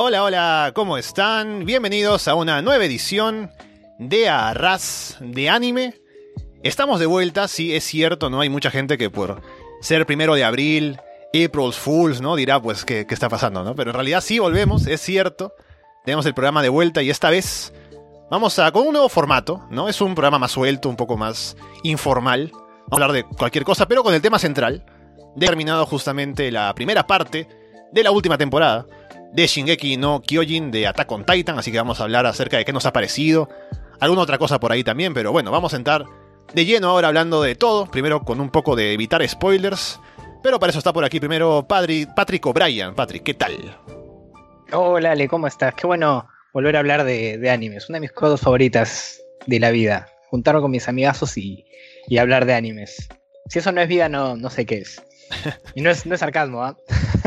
Hola, hola, ¿cómo están? Bienvenidos a una nueva edición de Arras de Anime. Estamos de vuelta, sí, es cierto, ¿no? Hay mucha gente que por ser 1 de abril, April's Fools, ¿no? Dirá, pues, ¿qué está pasando, no? Pero en realidad sí volvemos, es cierto. Tenemos el programa de vuelta y esta vez vamos con un nuevo formato, ¿no? Es un programa más suelto, un poco más informal. Vamos a hablar de cualquier cosa, pero con el tema central. De terminado justamente la primera parte de la última temporada de Shingeki no Kyojin de Attack on Titan, así que vamos a hablar acerca de qué nos ha parecido, alguna otra cosa por ahí también, pero bueno, vamos a entrar de lleno ahora hablando de todo, primero con un poco de evitar spoilers, pero para eso está por aquí primero Patrick O'Brien. Patrick, ¿qué tal? Hola Ale, ¿cómo estás? Qué bueno volver a hablar de animes, una de mis cosas favoritas de la vida, juntarme con mis amigazos y hablar de animes. Si eso no es vida, no sé qué es. Y no es sarcasmo, ¿ah?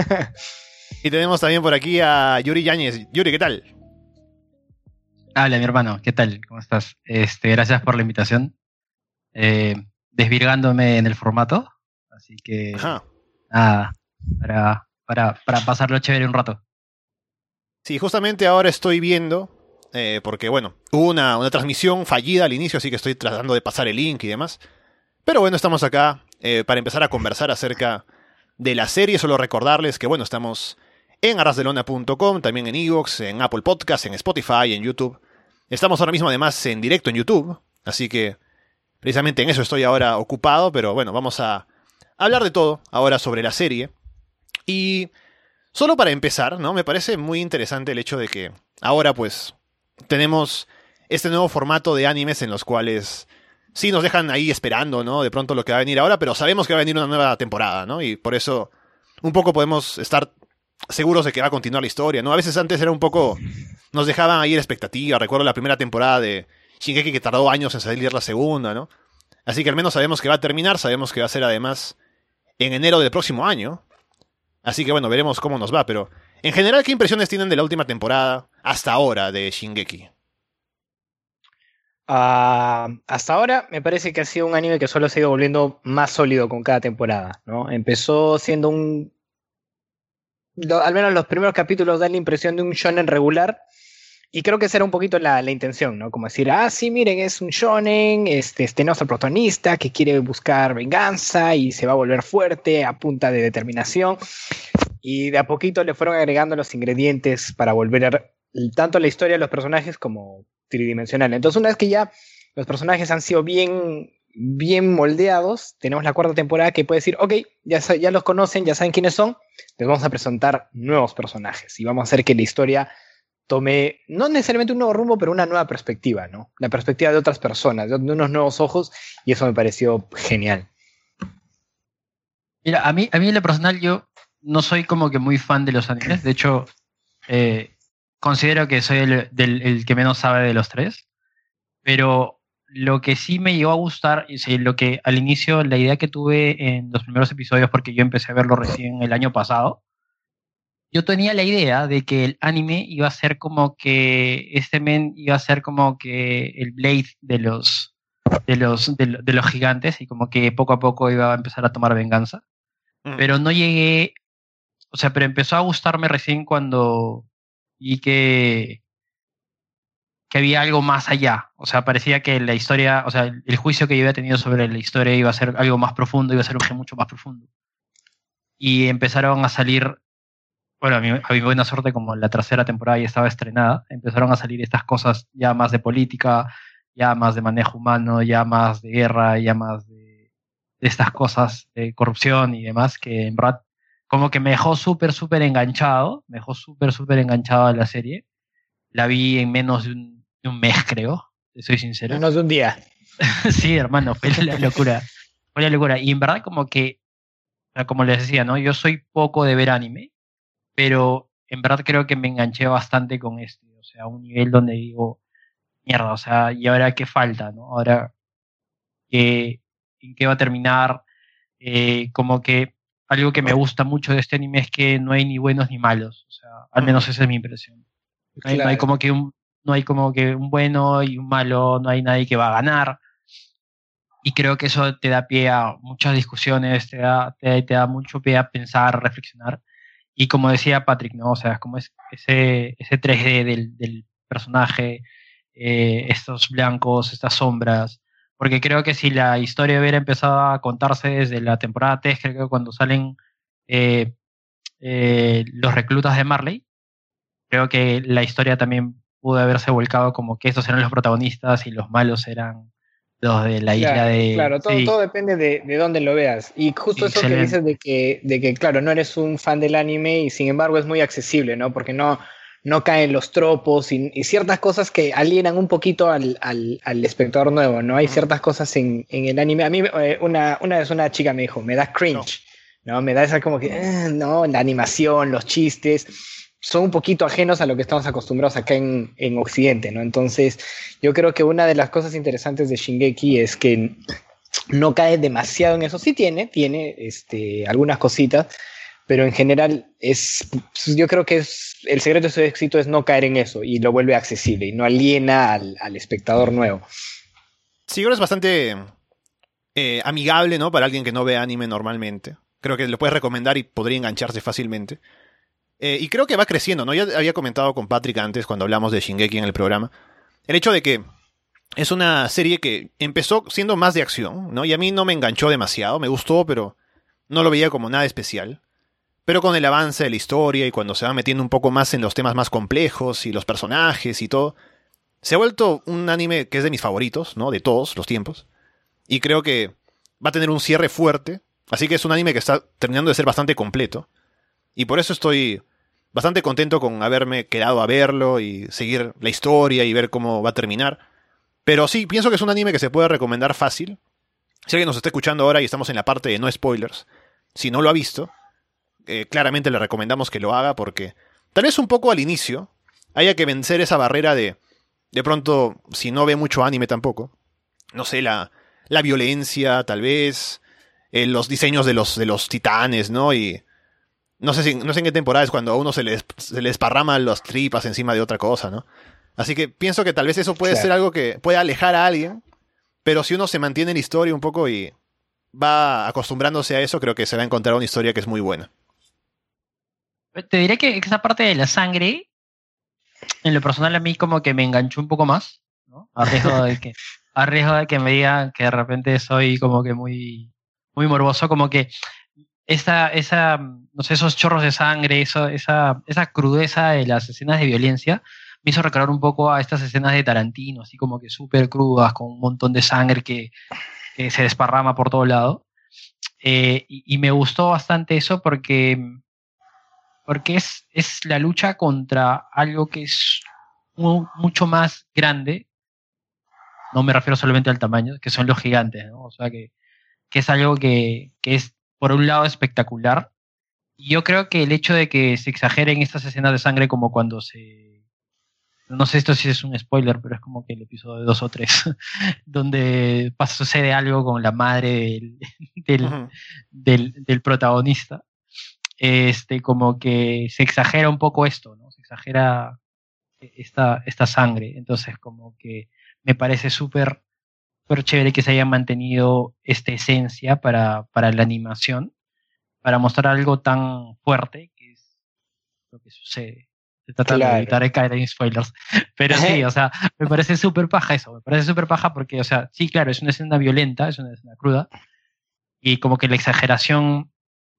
Y tenemos también por aquí a Yuri Yáñez. Yuri, ¿qué tal? Hola, mi hermano, ¿qué tal? ¿Cómo estás? Gracias por la invitación. Desvirgándome en el formato. Así que nada, para pasarlo chévere un rato. Sí, justamente ahora estoy viendo, porque bueno, hubo una transmisión fallida al inicio, así que estoy tratando de pasar el link y demás. Pero bueno, estamos acá para empezar a conversar acerca de la serie. Solo recordarles que bueno, estamos en arrasdelona.com, también en iVoox, en Apple Podcasts, en Spotify, en YouTube. Estamos ahora mismo además en directo en YouTube, así que precisamente en eso estoy ahora ocupado, pero bueno, vamos a hablar de todo ahora sobre la serie. Y solo para empezar, ¿no? Me parece muy interesante el hecho de que ahora pues tenemos este nuevo formato de animes en los cuales sí nos dejan ahí esperando, ¿no? De pronto lo que va a venir ahora, pero sabemos que va a venir una nueva temporada, ¿no? Y por eso un poco podemos estar seguros de que va a continuar la historia, ¿no? A veces antes era un poco... Nos dejaban ahí la expectativa. Recuerdo la primera temporada de Shingeki que tardó años en salir la segunda, ¿no? Así que al menos sabemos que va a terminar, sabemos que va a ser además en enero del próximo año. Así que bueno, veremos cómo nos va, pero... En general, ¿qué impresiones tienen de la última temporada hasta ahora de Shingeki? Hasta ahora me parece que ha sido un anime que solo se ha ido volviendo más sólido con cada temporada, ¿no? Empezó siendo al menos los primeros capítulos dan la impresión de un shonen regular, y creo que esa era un poquito la intención, ¿no? Como decir, sí, miren, es un shonen, nuestro protagonista que quiere buscar venganza y se va a volver fuerte a punta de determinación, y de a poquito le fueron agregando los ingredientes para volver tanto la historia de los personajes como tridimensional. Entonces, una vez que ya los personajes han sido bien moldeados, tenemos la cuarta temporada que puede decir, ok, ya los conocen, ya saben quiénes son, les vamos a presentar nuevos personajes y vamos a hacer que la historia tome, no necesariamente un nuevo rumbo, pero una nueva perspectiva, ¿no? La perspectiva de otras personas, de unos nuevos ojos, y eso me pareció genial. Mira, a mí en lo personal yo no soy como que muy fan de los animes. De hecho, considero que soy el que menos sabe de los tres. Pero lo que sí me llegó a gustar, y lo que al inicio, la idea que tuve en los primeros episodios, porque yo empecé a verlo recién el año pasado, yo tenía la idea de que el anime iba a ser como que este men iba a ser como que el Blade de los gigantes, y como que poco a poco iba a empezar a tomar venganza. Pero no llegué, o sea, pero empezó a gustarme recién cuando vi que había algo más allá. O sea, parecía que la historia, o sea, el juicio que yo había tenido sobre la historia iba a ser algo más profundo, iba a ser un gen mucho más profundo. Y empezaron a salir, bueno, a mi buena suerte, como la tercera temporada ya estaba estrenada, empezaron a salir estas cosas ya más de política, ya más de manejo humano, ya más de guerra, ya más de estas cosas de corrupción y demás, que en verdad como que me dejó súper enganchado, a la serie. La vi en menos de un mes, creo, te soy sincero. Menos de un día. Sí, hermano, fue la locura. Fue la locura. Y en verdad como que, como les decía, ¿no? Yo soy poco de ver anime, pero en verdad creo que me enganché bastante con este. O sea, a un nivel donde digo, mierda, o sea, ¿y ahora qué falta, no? Ahora, ¿en qué va a terminar? Como que algo que me gusta mucho de este anime es que no hay ni buenos ni malos. O sea, al menos esa es mi impresión. Claro. No hay como que un bueno y un malo, no hay nadie que va a ganar. Y creo que eso te da pie a muchas discusiones, te da mucho pie a pensar, a reflexionar. Y como decía Patrick, ¿no? O sea, es como ese 3D del personaje, estos blancos, estas sombras. Porque creo que si la historia hubiera empezado a contarse desde la temporada 3, creo que cuando salen los reclutas de Marley, creo que la historia también pudo haberse volcado como que estos eran los protagonistas y los malos eran los de la isla de... Claro, sí, todo depende de dónde lo veas. Y justo eso que excelente. dices de que, claro, no eres un fan del anime y sin embargo es muy accesible, ¿no? Porque no caen los tropos y ciertas cosas que alienan un poquito al espectador nuevo, ¿no? Hay ciertas cosas en el anime. A mí una vez una chica me dijo, me da cringe, ¿no? Me da esa como que, no, la animación, los chistes son un poquito ajenos a lo que estamos acostumbrados acá en Occidente, ¿no? Entonces, yo creo que una de las cosas interesantes de Shingeki es que no cae demasiado en eso. Sí tiene algunas cositas, pero en general yo creo que el secreto de su éxito es no caer en eso y lo vuelve accesible y no aliena al espectador nuevo. Sí, creo que es bastante amigable, ¿no? Para alguien que no ve anime normalmente. Creo que lo puedes recomendar y podría engancharse fácilmente. Y creo que va creciendo, ¿no? Ya había comentado con Patrick antes, cuando hablamos de Shingeki en el programa, el hecho de que es una serie que empezó siendo más de acción, ¿no? Y a mí no me enganchó demasiado, me gustó, pero no lo veía como nada especial. Pero con el avance de la historia y cuando se va metiendo un poco más en los temas más complejos y los personajes y todo, se ha vuelto un anime que es de mis favoritos, ¿no? De todos los tiempos. Y creo que va a tener un cierre fuerte, así que es un anime que está terminando de ser bastante completo. Y por eso estoy bastante contento con haberme quedado a verlo y seguir la historia y ver cómo va a terminar. Pero sí, pienso que es un anime que se puede recomendar fácil. Si alguien nos está escuchando ahora y estamos en la parte de no spoilers, si no lo ha visto, claramente le recomendamos que lo haga porque tal vez un poco al inicio haya que vencer esa barrera de pronto, si no ve mucho anime tampoco, no sé, la violencia tal vez, los diseños de los titanes, ¿no? Y no sé en qué temporada es cuando a uno se le desparraman las tripas encima de otra cosa, ¿no? Así que pienso que tal vez eso puede ser algo que puede alejar a alguien, pero si uno se mantiene en la historia un poco y va acostumbrándose a eso, creo que se va a encontrar una historia que es muy buena. Te diré que esa parte de la sangre, en lo personal a mí como que me enganchó un poco más, ¿no? A riesgo de que me digan que de repente soy como que muy, muy morboso, como que no sé, esos chorros de sangre, esa crudeza de las escenas de violencia me hizo recordar un poco a estas escenas de Tarantino, así como que súper crudas, con un montón de sangre que se desparrama por todo lado. Y me gustó bastante eso porque es la lucha contra algo que es mucho más grande. No me refiero solamente al tamaño, que son los gigantes, ¿no? O sea, que es algo que es, por un lado, espectacular. Y yo creo que el hecho de que se exageren estas escenas de sangre como cuando no sé esto si es un spoiler, pero es como que el episodio 2 o 3, donde sucede algo con la madre del protagonista. Como que se exagera un poco esto, ¿no? Se exagera esta sangre. Entonces, como que me parece súper chévere que se haya mantenido esta esencia para la animación, para mostrar algo tan fuerte que es lo que sucede. Se trata de evitar caer en spoilers. Pero sí, o sea, me parece súper paja eso. Me parece súper paja porque, o sea, sí, claro, es una escena violenta, es una escena cruda, y como que la exageración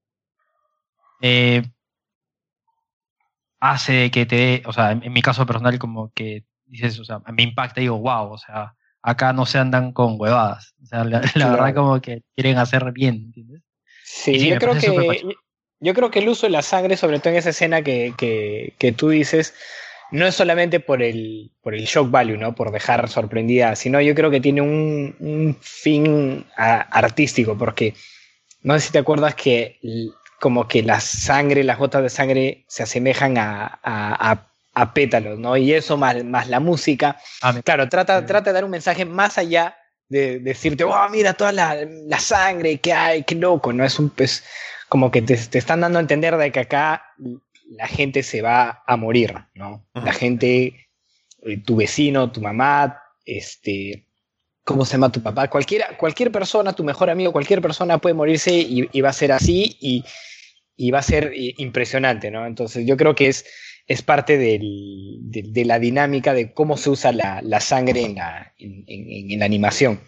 hace que o sea, en mi caso personal, como que dices, o sea, me impacta y digo, wow, o sea, acá no se andan con huevadas. O sea, la verdad como que quieren hacer bien, ¿entiendes? Sí, sí, yo creo que el uso de la sangre, sobre todo en esa escena que tú dices, no es solamente por el shock value, ¿no? Por dejar sorprendida, sino yo creo que tiene un fin artístico, porque no sé si te acuerdas que como que las gotas de sangre se asemejan a pétalos, ¿no? Y eso más la música, claro, trata de dar un mensaje más allá de decirte, oh, mira toda la sangre que hay, qué loco, ¿no? Es como que te están dando a entender de que acá la gente se va a morir, ¿no? La gente, tu vecino, tu mamá, ¿cómo se llama tu papá? Cualquier persona, tu mejor amigo, cualquier persona puede morirse y va a ser así y va a ser impresionante, ¿no? Entonces yo creo que es parte de la dinámica de cómo se usa la sangre en la animación.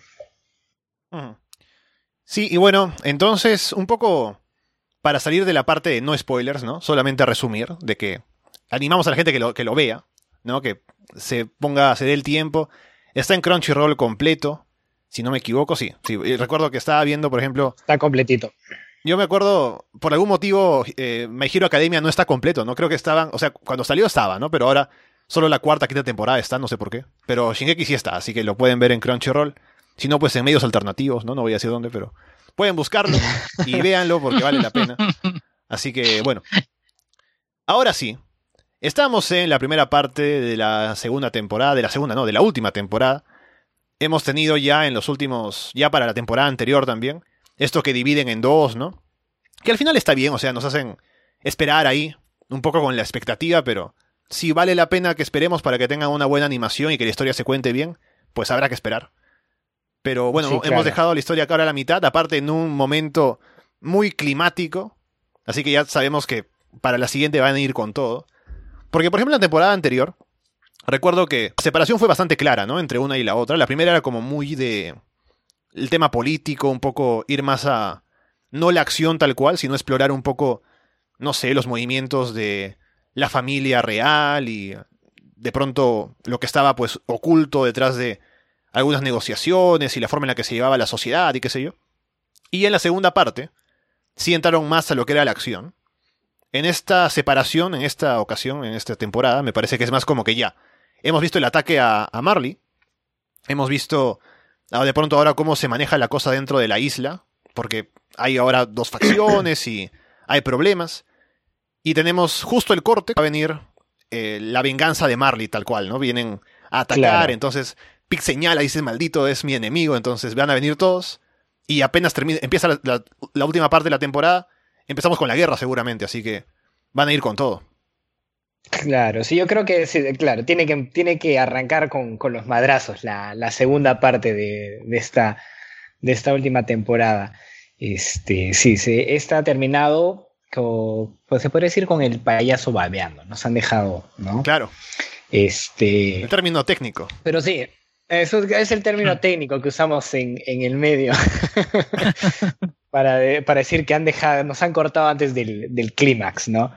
Sí, y bueno, entonces un poco para salir de la parte de no spoilers, ¿no? Solamente resumir de que animamos a la gente que lo vea, ¿no? Que se dé el tiempo. Está en Crunchyroll completo, si no me equivoco, sí. Y recuerdo que estaba viendo, por ejemplo... Está completito. Yo me acuerdo, por algún motivo, My Hero Academia no está completo, ¿no? Creo que estaban, o sea, cuando salió estaba, ¿no? Pero ahora solo la cuarta, quinta temporada está, no sé por qué. Pero Shingeki sí está, así que lo pueden ver en Crunchyroll. Si no, pues en medios alternativos, ¿no? No voy a decir dónde, pero pueden buscarlo y véanlo porque vale la pena. Así que, bueno. Ahora sí, estamos en la primera parte de la segunda temporada, de la última temporada. Hemos tenido ya en los últimos, ya para la temporada anterior también, esto que dividen en dos, ¿no? Que al final está bien, o sea, nos hacen esperar ahí, un poco con la expectativa, pero si vale la pena que esperemos para que tengan una buena animación y que la historia se cuente bien, pues habrá que esperar. Pero bueno, sí, claro, hemos dejado la historia acá ahora a la mitad, aparte en un momento muy climático, así que ya sabemos que para la siguiente van a ir con todo. Porque, por ejemplo, en la temporada anterior, recuerdo que la separación fue bastante clara, ¿no? Entre una y la otra. La primera era como muy de... el tema político, un poco ir más a... no la acción tal cual, sino explorar un poco, no sé, los movimientos de la familia real y de pronto lo que estaba pues oculto detrás de algunas negociaciones y la forma en la que se llevaba la sociedad y qué sé yo. Y en la segunda parte, sí entraron más a lo que era la acción. En esta separación, en esta ocasión, en esta temporada, me parece que es más como que ya. Hemos visto el ataque a Marley. Hemos visto de pronto ahora cómo se maneja la cosa dentro de la isla. Porque hay ahora dos facciones y hay problemas. Y tenemos justo el corte. Va a venir la venganza de Marley tal cual, ¿no? Vienen a atacar, claro. Entonces Pig señala y dice, maldito es mi enemigo. Entonces van a venir todos. Y apenas empieza la última parte de la temporada, empezamos con la guerra seguramente, así que van a ir con todo. Claro, sí, yo creo que, sí, claro, tiene que arrancar con los madrazos la segunda parte de esta última temporada. Sí, está terminado, pues se podría decir con el payaso babeando, nos han dejado, ¿no? Claro. El término técnico. Pero sí, eso es el término técnico que usamos en el medio para decir que nos han cortado antes del clímax, ¿no?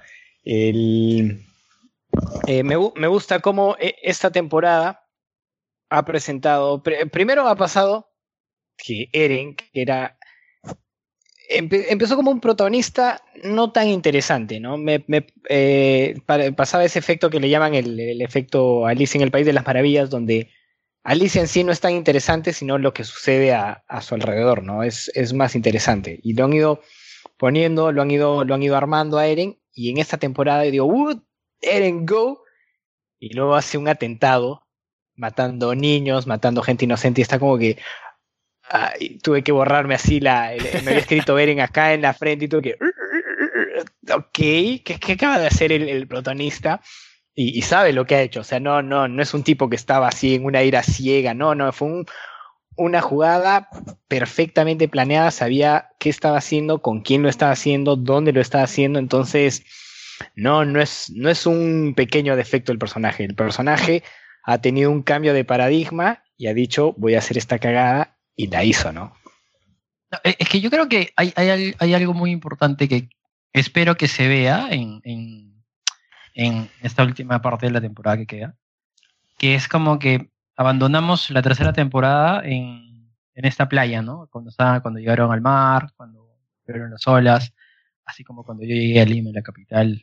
Me gusta cómo esta temporada ha presentado. Primero ha pasado que Eren, que era. Empezó como un protagonista no tan interesante, ¿no? Pasaba ese efecto que le llaman el efecto Alicia en el País de las Maravillas, donde Alicia en sí no es tan interesante, sino lo que sucede a su alrededor, ¿no? Es más interesante. Y lo han ido poniendo, lo han ido armando a Eren, y en esta temporada digo, Eren, go, y luego hace un atentado, matando niños, matando gente inocente, y está como que tuve que borrarme así, me había escrito Eren acá en la frente, y tuve que, ok, ¿qué acaba de hacer el protagonista? Y sabe lo que ha hecho, o sea, no es un tipo que estaba así en una ira ciega, no, fue una jugada perfectamente planeada, sabía qué estaba haciendo, con quién lo estaba haciendo, dónde lo estaba haciendo, entonces no es un pequeño defecto del personaje. El personaje ha tenido un cambio de paradigma y ha dicho, voy a hacer esta cagada, y la hizo, ¿no? Es que yo creo que hay algo muy importante que espero que se vea en esta última parte de la temporada que queda, que es como que abandonamos la tercera temporada en esta playa, ¿no? Cuando llegaron al mar, cuando vieron las olas, así como cuando yo llegué a Lima, la capital.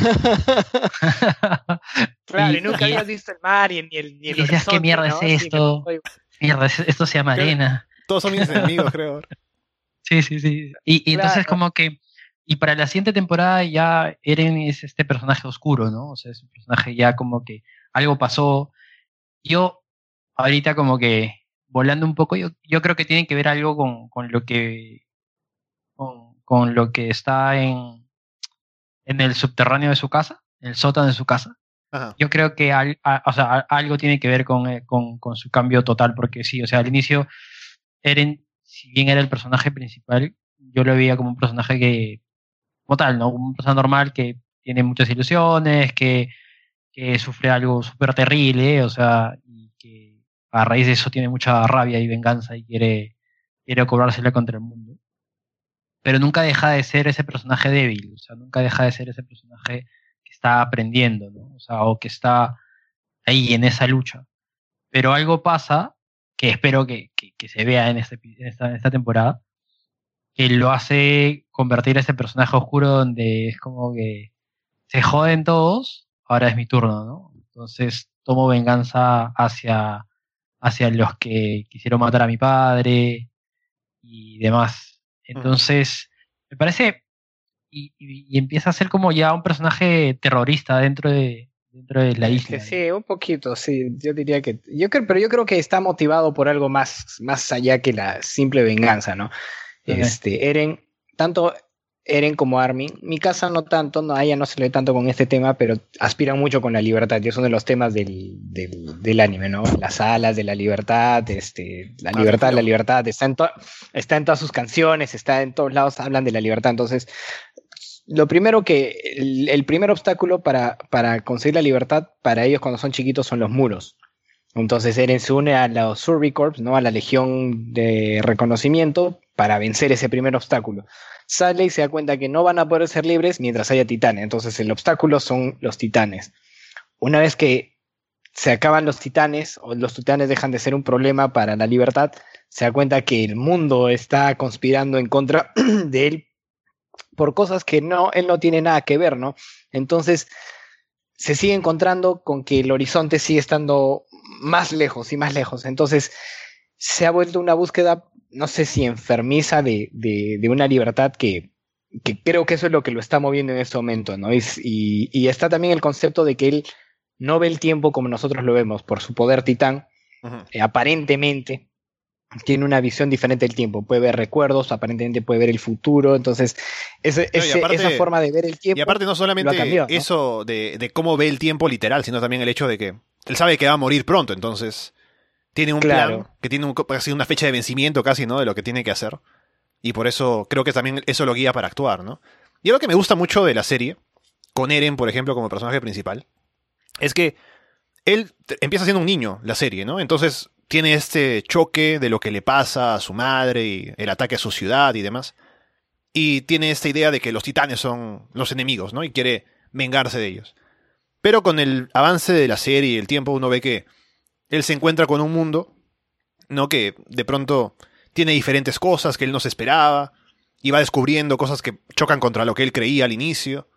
Claro, y nunca habías visto el mar y el decías, ¿qué mierda, ¿no? Es esto? Mierda, esto se llama arena. Todos son mis enemigos, creo. Sí. Y entonces como que, y para la siguiente temporada ya Eren es este personaje oscuro, ¿no? O sea, es un personaje ya como que algo pasó. Yo, ahorita como que, volando un poco, yo creo que tiene que ver algo con lo que con lo que está en el subterráneo de su casa, en el sótano de su casa. Ajá. Yo creo que algo tiene que ver con su cambio total, porque sí, o sea, al inicio Eren, si bien era el personaje principal, yo lo veía como un personaje que como tal, ¿no? Una persona normal que tiene muchas ilusiones, que sufre algo súper terrible, o sea, y que a raíz de eso tiene mucha rabia y venganza y quiere cobrársela contra el mundo. Pero nunca deja de ser ese personaje débil, o sea, nunca deja de ser ese personaje que está aprendiendo, ¿no? O sea, o que está ahí en esa lucha. Pero algo pasa, que espero que se vea en esta temporada, que lo hace convertir a ese personaje oscuro donde es como que se joden todos, ahora es mi turno, ¿no? Entonces tomo venganza hacia los que quisieron matar a mi padre y demás. Entonces, me parece, y empieza a ser como ya un personaje terrorista dentro de la isla. Sí, un poquito, sí. Yo diría que. Pero yo creo que está motivado por algo más allá que la simple venganza, ¿no? Eren, tanto Eren como Armin, mi casa no tanto, no, a ella no se le ve tanto con este tema, pero aspiran mucho con la libertad, y es uno de los temas del anime, ¿no? Las alas de la libertad, la libertad, está en todas sus canciones, está en todos lados, hablan de la libertad, entonces lo primero el primer obstáculo para conseguir la libertad para ellos cuando son chiquitos son los muros. Entonces Eren se une a los Survey-Corps, ¿no? A la Legión de Reconocimiento para vencer ese primer obstáculo. Sale y se da cuenta que no van a poder ser libres mientras haya titanes. Entonces el obstáculo son los titanes. Una vez que se acaban los titanes, o los titanes dejan de ser un problema para la libertad, se da cuenta que el mundo está conspirando en contra de él por cosas que él no tiene nada que ver, ¿no? Entonces se sigue encontrando con que el horizonte sigue estando más lejos y más lejos. Entonces se ha vuelto una búsqueda, no sé si enfermiza, de una libertad que creo que eso es lo que lo está moviendo en este momento, ¿no? Y está también el concepto de que él no ve el tiempo como nosotros lo vemos por su poder titán. Aparentemente tiene una visión diferente del tiempo, puede ver recuerdos, aparentemente puede ver el futuro, entonces esa forma de ver el tiempo. Y aparte no solamente cambiado, ¿no? Eso de cómo ve el tiempo literal, sino también el hecho de que él sabe que va a morir pronto, entonces tiene un plan, que tiene casi una fecha de vencimiento casi, ¿no? De lo que tiene que hacer. Y por eso creo que también eso lo guía para actuar, ¿no? Y algo que me gusta mucho de la serie, con Eren, por ejemplo, como personaje principal, es que él empieza siendo un niño, la serie, ¿no? Entonces tiene este choque de lo que le pasa a su madre y el ataque a su ciudad y demás. Y tiene esta idea de que los titanes son los enemigos, ¿no? Y quiere vengarse de ellos. Pero con el avance de la serie y el tiempo uno ve que él se encuentra con un mundo, ¿no? Que de pronto tiene diferentes cosas que él no se esperaba y va descubriendo cosas que chocan contra lo que él creía al inicio.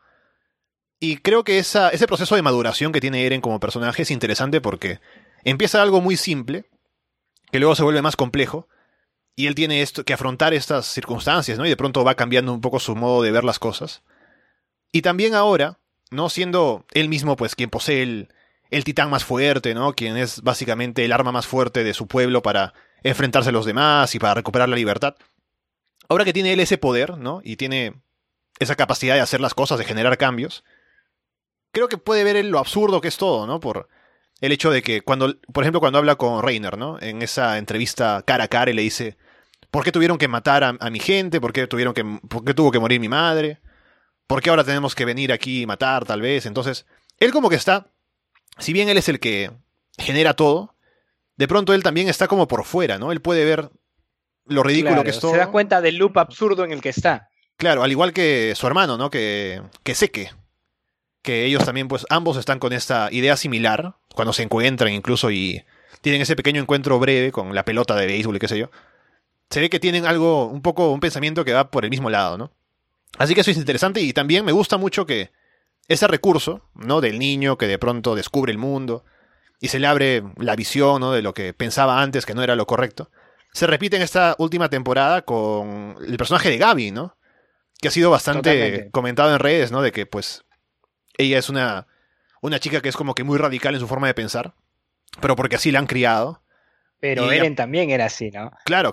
Y creo que ese proceso de maduración que tiene Eren como personaje es interesante porque empieza algo muy simple, que luego se vuelve más complejo, y él tiene que afrontar estas circunstancias, ¿no? Y de pronto va cambiando un poco su modo de ver las cosas. Y también ahora, ¿no? Siendo él mismo pues quien posee el titán más fuerte, ¿no? Quien es básicamente el arma más fuerte de su pueblo para enfrentarse a los demás y para recuperar la libertad. Ahora que tiene él ese poder, ¿no? Y tiene esa capacidad de hacer las cosas, de generar cambios, creo que puede ver lo absurdo que es todo, ¿no? Por el hecho de que por ejemplo, cuando habla con Reiner, ¿no? En esa entrevista cara a cara y le dice, ¿por qué tuvieron que matar a mi gente? ¿Por qué tuvo que morir mi madre? ¿Por qué ahora tenemos que venir aquí y matar, tal vez? Entonces, él como que está, si bien él es el que genera todo, de pronto él también está como por fuera, ¿no? Él puede ver lo ridículo que es todo. Se da cuenta del loop absurdo en el que está. Claro, al igual que su hermano, ¿no? Que Seke. Que ellos también, pues, ambos están con esta idea similar, cuando se encuentran incluso y tienen ese pequeño encuentro breve con la pelota de béisbol y qué sé yo. Se ve que tienen un pensamiento que va por el mismo lado, ¿no? Así que eso es interesante y también me gusta mucho que ese recurso, ¿no? Del niño que de pronto descubre el mundo y se le abre la visión, ¿no? De lo que pensaba antes que no era lo correcto. Se repite en esta última temporada con el personaje de Gaby, ¿no? Que ha sido bastante comentado en redes, ¿no? De que, pues, ella es una chica que es como que muy radical en su forma de pensar, pero porque así la han criado. Pero Eren también era así, ¿no? Claro.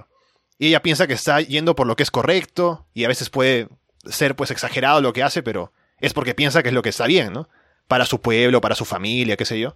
Y ella piensa que está yendo por lo que es correcto, y a veces puede ser pues exagerado lo que hace, pero es porque piensa que es lo que está bien, ¿no? Para su pueblo, para su familia, qué sé yo.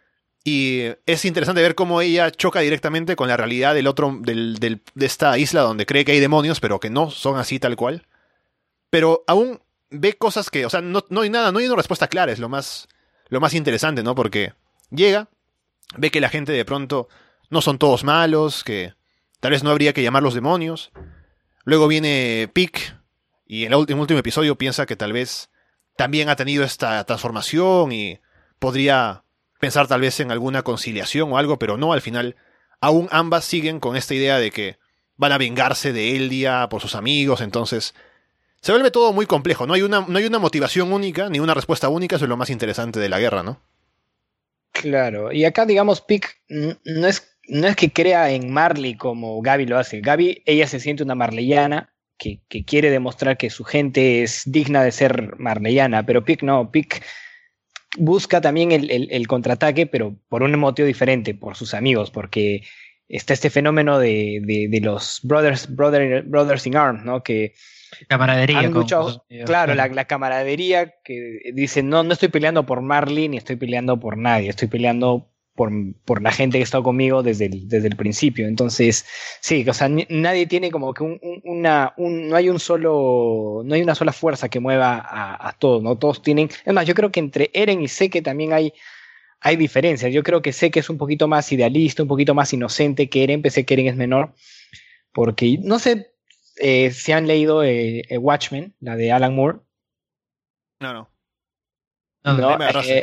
Y es interesante ver cómo ella choca directamente con la realidad de esta isla donde cree que hay demonios, pero que no son así tal cual. pero aún ve cosas que, o sea, no hay nada, no hay una respuesta clara, es lo más interesante, ¿no? Porque llega, ve que la gente de pronto no son todos malos, que tal vez no habría que llamarlos demonios. Luego viene Pick, y en el último episodio piensa que tal vez también ha tenido esta transformación y podría pensar tal vez en alguna conciliación o algo, pero no, al final aún ambas siguen con esta idea de que van a vengarse de Eldia por sus amigos, entonces se vuelve todo muy complejo, no hay una motivación única, ni una respuesta única, eso es lo más interesante de la guerra, ¿no? Claro, y acá digamos Pick no es que crea en Marley como Gaby lo hace. Gaby, ella se siente una marleyana que quiere demostrar que su gente es digna de ser marleyana, pero Pick no, Pick busca también el contraataque, pero por un motivo diferente, por sus amigos, porque está este fenómeno de los brothers in arms, ¿no? Que Camaradería. han luchado, claro, la camaradería que dicen, no estoy peleando por Marley ni estoy peleando por nadie, estoy peleando por la gente que ha estado conmigo desde el principio. Entonces, sí, o sea, nadie tiene como que no hay una sola fuerza que mueva a todos, ¿no? Todos tienen, es más, yo creo que entre Eren y Zeke también hay diferencias. Yo creo que Zeke es un poquito más idealista, un poquito más inocente que Eren, pensé que Eren es menor, porque no sé si han leído Watchmen, la de Alan Moore. No. No,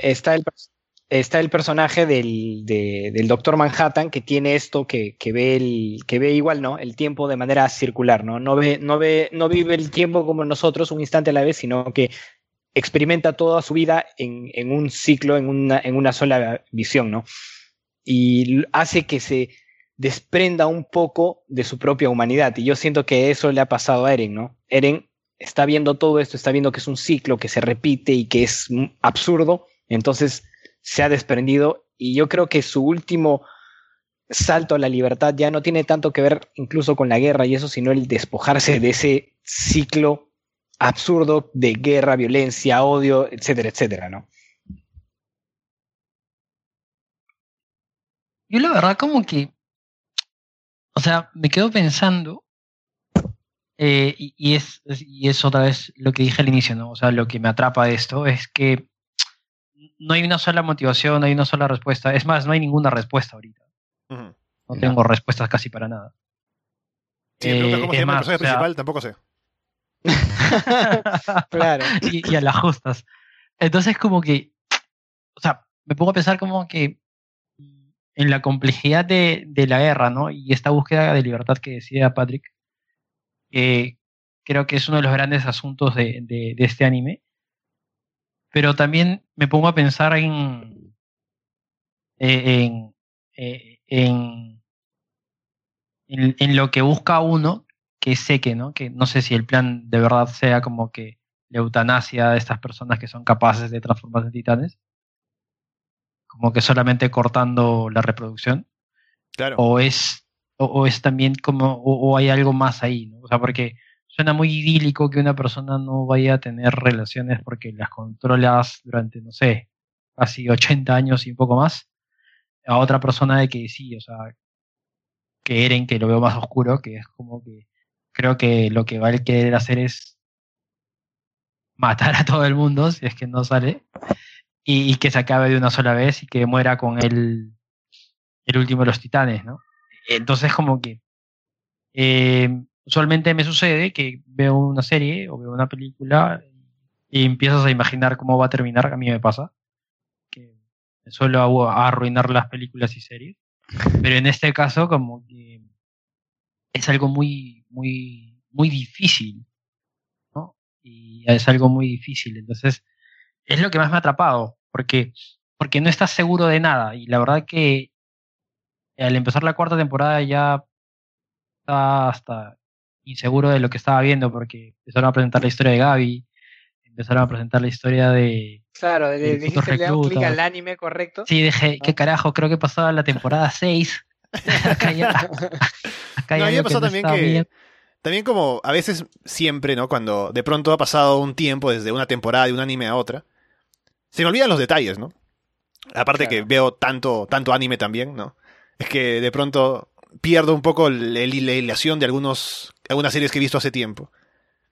está el personaje del Doctor Manhattan que tiene esto que ve igual, ¿no? El tiempo de manera circular, ¿no? No vive el tiempo como nosotros, un instante a la vez, sino que experimenta toda su vida en un ciclo, en una sola visión, ¿no? Y hace que se desprenda un poco de su propia humanidad. Y yo siento que eso le ha pasado a Eren, ¿no? Eren está viendo todo esto, está viendo que es un ciclo que se repite y que es absurdo, entonces se ha desprendido, y yo creo que su último salto a la libertad ya no tiene tanto que ver incluso con la guerra y eso, sino el despojarse de ese ciclo absurdo de guerra, violencia, odio, etcétera, etcétera, ¿no? Yo la verdad como que, o sea, me quedo pensando, y es otra vez lo que dije al inicio, ¿no? O sea, lo que me atrapa de esto es que no hay una sola motivación, no hay una sola respuesta. Es más, no hay ninguna respuesta ahorita. Uh-huh. No tengo respuestas casi para nada. Si me preguntas cómo se llama el personaje principal, tampoco sé. Claro. y a las justas. Entonces, como que, o sea, me pongo a pensar como que en la complejidad de la guerra, ¿no? Y esta búsqueda de libertad que decía Patrick, creo que es uno de los grandes asuntos de este anime. Pero también me pongo a pensar en lo que busca uno, que sé que, ¿no? Que no sé si el plan de verdad sea como que la eutanasia de estas personas que son capaces de transformarse en titanes, como que solamente cortando la reproducción. Claro. O es también como, o hay algo más ahí, ¿no? O sea, porque suena muy idílico que una persona no vaya a tener relaciones porque las controlas durante, no sé, casi 80 años y un poco más, a otra persona de que sí, o sea, que Eren, que lo veo más oscuro, que es como que creo que lo que va a querer hacer es matar a todo el mundo, si es que no sale, y que se acabe de una sola vez y que muera con el último de los titanes, ¿no? Entonces como que usualmente me sucede que veo una serie o veo una película y empiezas a imaginar cómo va a terminar. A mí me pasa que suelo arruinar las películas y series, pero en este caso como que es algo muy muy muy difícil, ¿no? Y es algo muy difícil, entonces es lo que más me ha atrapado, porque no estás seguro de nada, y la verdad que al empezar la cuarta temporada ya estaba hasta inseguro de lo que estaba viendo, porque empezaron a presentar la historia de Gaby, empezaron a presentar la historia de... Claro, dijiste le da un clic al anime, ¿correcto? Sí, dije, ¿qué carajo? Creo que pasaba la temporada 6. Acá ya no, a mí me pasó no también que... bien. También como a veces siempre, ¿no? Cuando de pronto ha pasado un tiempo desde una temporada de un anime a otra, se me olvidan los detalles, ¿no? Aparte que veo tanto anime también, ¿no? Es que de pronto pierdo un poco la hilación de algunas series que he visto hace tiempo.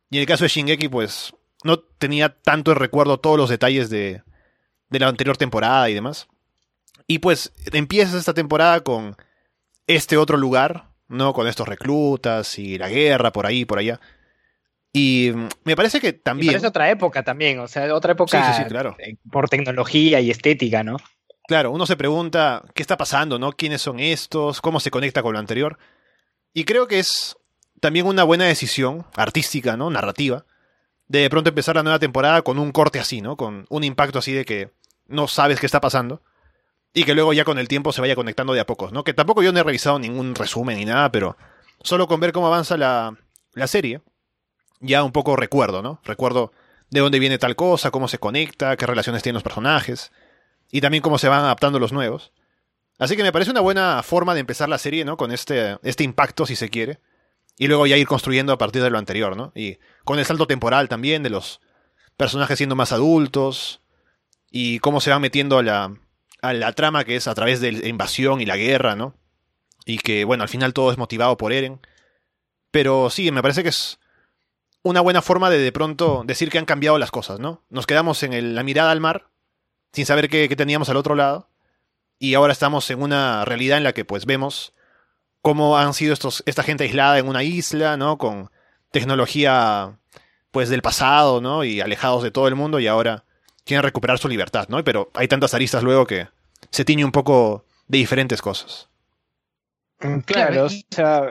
Y en el caso de Shingeki, pues no tenía tanto el recuerdo todos los detalles de la anterior temporada y demás. Y pues empiezas esta temporada con este otro lugar, ¿no? Con estos reclutas y la guerra por ahí, por allá. Y me parece que también... Y parece otra época también, o sea, otra época sí, claro. Por tecnología y estética, ¿no? Claro, uno se pregunta qué está pasando, ¿no? ¿Quiénes son estos? ¿Cómo se conecta con lo anterior? Y creo que es también una buena decisión artística, ¿no? Narrativa, de pronto empezar la nueva temporada con un corte así, ¿no? Con un impacto así de que no sabes qué está pasando y que luego ya con el tiempo se vaya conectando de a pocos, ¿no? Que tampoco yo no he revisado ningún resumen ni nada, pero solo con ver cómo avanza la serie, ya un poco recuerdo, ¿no? Recuerdo de dónde viene tal cosa, cómo se conecta, qué relaciones tienen los personajes y también cómo se van adaptando los nuevos. Así que me parece una buena forma de empezar la serie, ¿no? Con este impacto, si se quiere. Y luego ya ir construyendo a partir de lo anterior, ¿no? Y con el salto temporal también de los personajes siendo más adultos y cómo se van metiendo a la trama que es a través de la invasión y la guerra, ¿no? Y que, bueno, al final todo es motivado por Eren. Pero sí, me parece que es una buena forma de pronto decir que han cambiado las cosas, ¿no? Nos quedamos en la mirada al mar, sin saber qué teníamos al otro lado. Y ahora estamos en una realidad en la que pues vemos cómo han sido esta gente aislada en una isla, ¿no? Con tecnología pues del pasado, ¿no? Y alejados de todo el mundo y ahora quieren recuperar su libertad, ¿no? Pero hay tantas aristas luego que se tiñe un poco de diferentes cosas. Claro, o sea...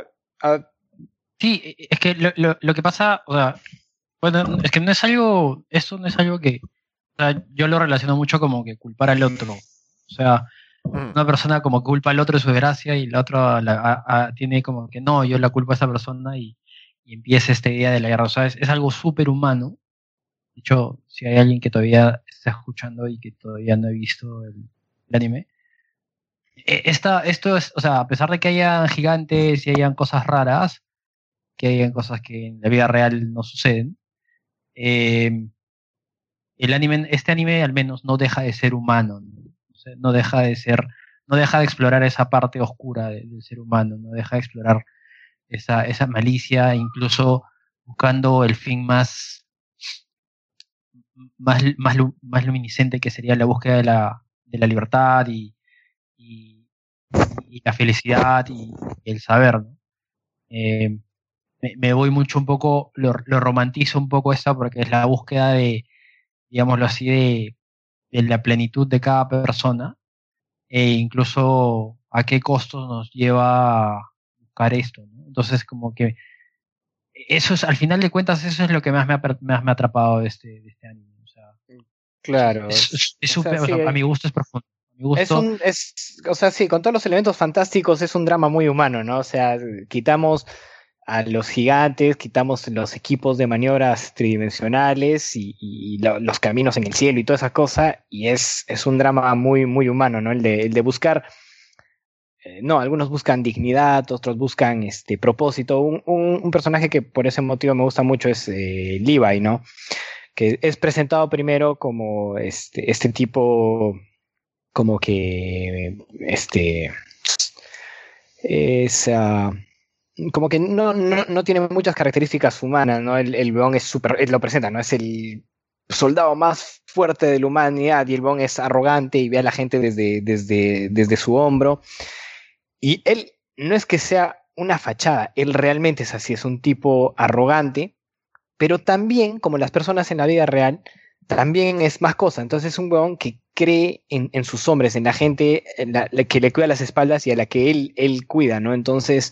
Sí, es que lo que pasa, o sea, bueno, es que no es algo, esto no es algo que, o sea, yo lo relaciono mucho como que culpar al otro. O sea, una persona como que culpa al otro de su desgracia y la otra tiene como que no, yo la culpo a esta persona y empieza esta idea de la guerra. O sea, es algo súper humano. De hecho, si hay alguien que todavía está escuchando y que todavía no ha visto el anime, esto es, o sea, a pesar de que hayan gigantes y hayan cosas raras, que hayan cosas que en la vida real no suceden, este anime al menos no deja de ser humano, ¿no? O sea, no deja de explorar esa parte oscura del ser humano, no deja de explorar esa malicia, incluso buscando el fin más luminiscente, que sería la búsqueda de la libertad y la felicidad y el saber, ¿no? Me voy mucho un poco, lo romantizo un poco esta porque es la búsqueda de, digámoslo así, de la plenitud de cada persona e incluso a qué costos nos lleva a buscar esto, ¿no? Entonces como que eso es, al final de cuentas, eso es lo que más me ha atrapado de este anime. O sea, claro. Es súper, o sea, a mi gusto es profundo. A mi gusto, o sea, sí, con todos los elementos fantásticos es un drama muy humano, ¿no? O sea, quitamos a los gigantes, quitamos los equipos de maniobras tridimensionales y los caminos en el cielo y toda esa cosa, y es un drama muy, muy humano, ¿no? El de buscar, no, algunos buscan dignidad, otros buscan propósito. Un personaje que por ese motivo me gusta mucho es Levi, ¿no? Que es presentado primero como este tipo, como que como que no tiene muchas características humanas, ¿no? El weón es súper, lo presenta, ¿no? Es el soldado más fuerte de la humanidad y el weón es arrogante y ve a la gente desde su hombro. Y él no es que sea una fachada, él realmente es así, es un tipo arrogante, pero también, como las personas en la vida real, también es más cosa. Entonces es un weón que cree en sus hombres, en la gente la que le cuida las espaldas y a la que él cuida, ¿no? Entonces,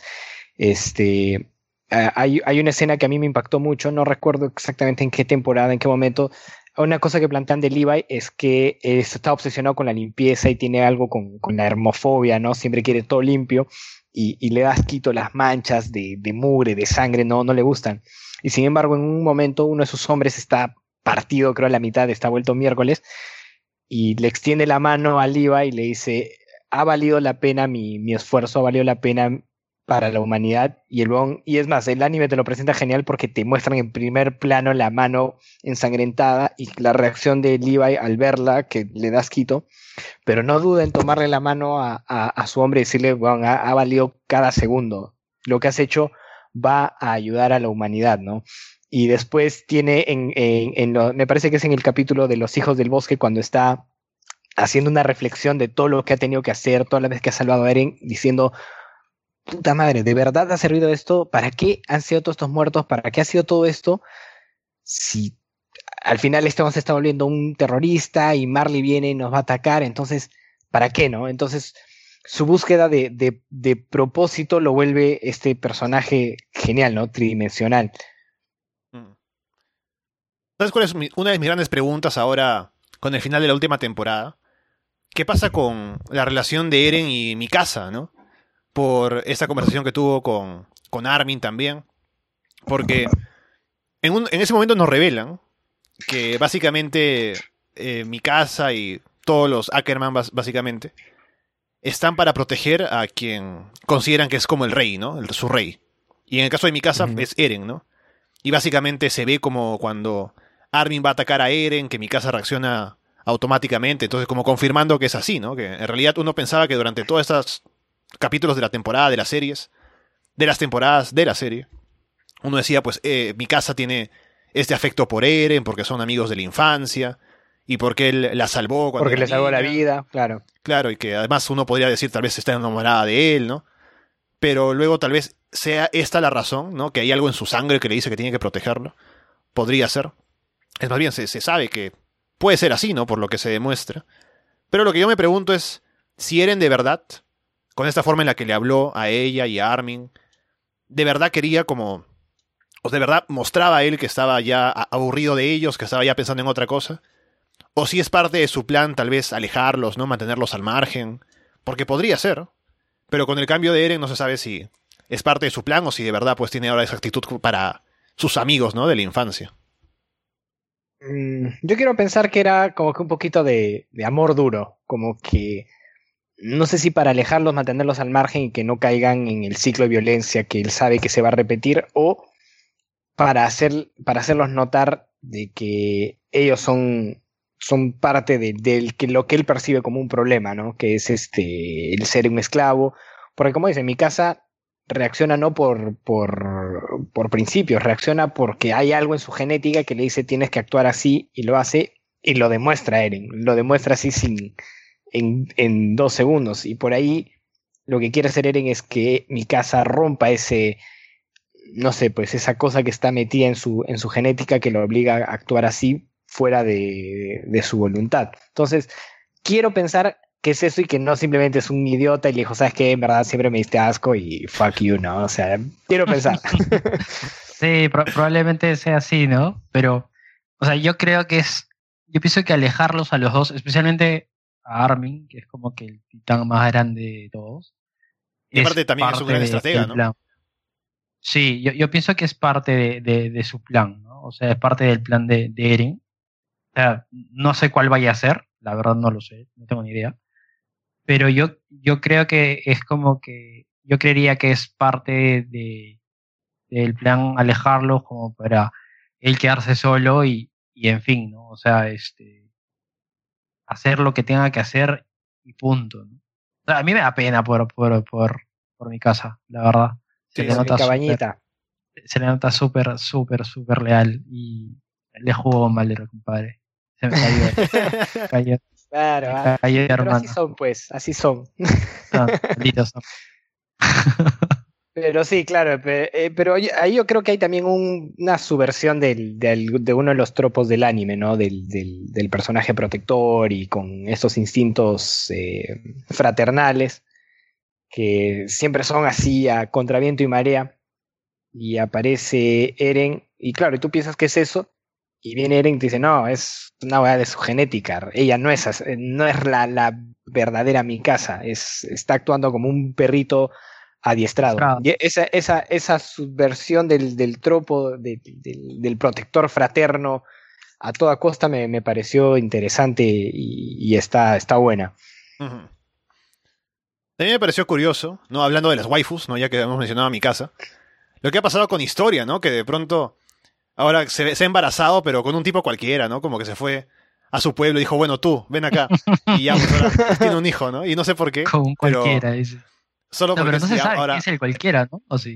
hay una escena que a mí me impactó mucho, no recuerdo exactamente en qué temporada, en qué momento. Una cosa que plantean de Levi es que está obsesionado con la limpieza y tiene algo con la hermofobia, ¿no? Siempre quiere todo limpio y le da asquito las manchas de mugre, de sangre, no le gustan. Y sin embargo, en un momento uno de sus hombres está partido, creo a la mitad, está vuelto miércoles, y le extiende la mano a Levi y le dice, ha valido la pena mi esfuerzo, ha valido la pena para la humanidad. Y es más, el anime te lo presenta genial porque te muestran en primer plano la mano ensangrentada y la reacción de Levi al verla, que le da asquito, pero no duda en tomarle la mano a su hombre y decirle, bueno, ha valido cada segundo, lo que has hecho va a ayudar a la humanidad, ¿no? Y después tiene me parece que es en el capítulo de los hijos del bosque cuando está haciendo una reflexión de todo lo que ha tenido que hacer, todas las veces que ha salvado a Eren, diciendo, puta madre, ¿de verdad ha servido esto? ¿Para qué han sido todos estos muertos? ¿Para qué ha sido todo esto? Si al final este se está volviendo un terrorista y Marley viene y nos va a atacar, entonces, ¿para qué, no? Entonces, su búsqueda de propósito lo vuelve este personaje genial, ¿no? Tridimensional. ¿Sabes cuál es una de mis grandes preguntas ahora con el final de la última temporada? ¿Qué pasa con la relación de Eren y Mikasa, ¿no? Por esa conversación que tuvo con Armin también. Porque en ese momento nos revelan que básicamente Mikasa y todos los Ackerman básicamente están para proteger a quien consideran que es como el rey, ¿no? Su rey. Y en el caso de Mikasa es Eren, ¿no? Y básicamente se ve como cuando Armin va a atacar a Eren, que Mikasa reacciona automáticamente, entonces como confirmando que es así, ¿no? Que en realidad uno pensaba que durante todos estos capítulos de la temporada, de las series, de las temporadas de la serie, uno decía, pues, Mikasa tiene este afecto por Eren, porque son amigos de la infancia, y porque él la salvó cuando porque era le salvó niña. la vida, claro. Claro, y que además uno podría decir, tal vez está enamorada de él, ¿no? Pero luego tal vez sea esta la razón, ¿no? Que hay algo en su sangre que le dice que tiene que protegerlo. Podría ser. Es más bien, se sabe que puede ser así, ¿no? Por lo que se demuestra. Pero lo que yo me pregunto es si Eren de verdad, con esta forma en la que le habló a ella y a Armin, de verdad quería como... o de verdad mostraba a él que estaba ya aburrido de ellos, que estaba ya pensando en otra cosa. O si es parte de su plan tal vez alejarlos, ¿no? Mantenerlos al margen. Porque podría ser. Pero con el cambio de Eren no se sabe si es parte de su plan o si de verdad pues tiene ahora esa actitud para sus amigos, ¿no? De la infancia. Yo quiero pensar que era como que un poquito de amor duro, como que no sé si para alejarlos, mantenerlos al margen y que no caigan en el ciclo de violencia que él sabe que se va a repetir, o para hacerlos notar de que ellos son parte de lo que él percibe como un problema, ¿no? Que es el ser un esclavo. Porque como dice, en mi casa reacciona no por principios, reacciona porque hay algo en su genética que le dice tienes que actuar así y lo hace y lo demuestra Eren, lo demuestra así en 2 segundos y por ahí lo que quiere hacer Eren es que Mikasa rompa ese, no sé, pues esa cosa que está metida en su genética que lo obliga a actuar así fuera de su voluntad. Entonces, quiero pensar que es eso y que no simplemente es un idiota y le dijo, ¿sabes qué? En verdad siempre me diste asco y fuck you, ¿no? O sea, quiero pensar. Sí, probablemente sea así, ¿no? Pero, o sea, yo pienso que alejarlos a los dos, especialmente a Armin, que es como que el titán más grande de todos. Y aparte también es un gran estratega, ¿no? Plan. Sí, yo pienso que es parte de su plan, ¿no? O sea, es parte del plan de Eren. O sea, no sé cuál vaya a ser, la verdad no lo sé, no tengo ni idea. Pero yo creo que es como que, yo creería que es parte del plan alejarlos como para él quedarse solo y en fin, ¿no? O sea, hacer lo que tenga que hacer y punto, ¿no? O sea, a mí me da pena por mi casa, la verdad. Se le nota súper leal y le jugó malero, compadre. Se me cayó. Claro, pero así son, pues, así son. Malditos son. Pero sí, claro, pero ahí yo creo que hay también una subversión de uno de los tropos del anime, ¿no? Del personaje protector y con estos instintos fraternales que siempre son así a contraviento y marea y aparece Eren y claro, y tú piensas que es eso y viene Eren y te dice, no, es una weá de su genética, ella no es la verdadera Mikasa, está actuando como un perrito adiestrado. Y esa subversión del tropo del protector fraterno a toda costa me pareció interesante y está buena. Uh-huh. También me pareció curioso, ¿no? Hablando de las waifus, ¿no? Ya que hemos mencionado a Mikasa, lo que ha pasado con Historia, ¿no? Que de pronto ahora se ha embarazado, pero con un tipo cualquiera, ¿no? Como que se fue a su pueblo y dijo, bueno, tú, ven acá. Y ya, pues ahora tiene un hijo, ¿no? Y no sé por qué. Con cualquiera, dice. Solo no, pero no se sabe ahora... quién es el cualquiera, ¿no? ¿O sí?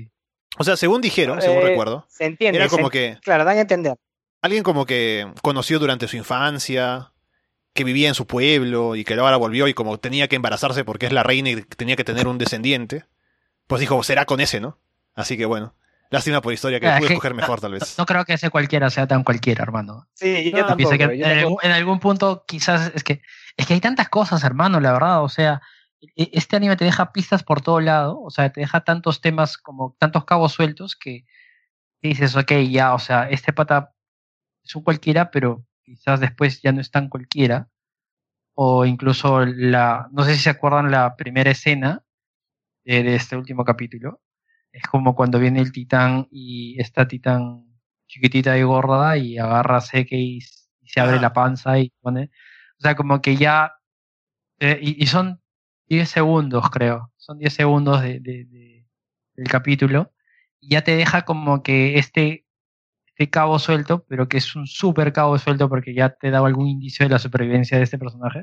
O sea, según dijeron, según recuerdo, Se entiende. era como que Claro, dan a entender. alguien como que conoció durante su infancia, que vivía en su pueblo y que ahora volvió y como tenía que embarazarse porque es la reina y tenía que tener un descendiente, pues dijo, será con ese, ¿no? Así que bueno, lástima por historia que pude escoger mejor tal vez. No creo que ese cualquiera sea tan cualquiera, hermano. Sí, yo tampoco. En algún punto quizás es que hay tantas cosas, hermano, la verdad, o sea, este anime te deja pistas por todo lado, o sea, te deja tantos temas como tantos cabos sueltos que dices, ok, ya, o sea, este pata es un cualquiera, pero quizás después ya no es tan cualquiera. O incluso no sé si se acuerdan la primera escena de este último capítulo. Es como cuando viene el titán y esta titán chiquitita y gorda y agarra a Seke y se abre la panza y pone. O sea, como que ya. Y son 10 segundos, creo. Son 10 segundos del capítulo. Y ya te deja como que este cabo suelto, pero que es un súper cabo suelto porque ya te daba algún indicio de la supervivencia de este personaje.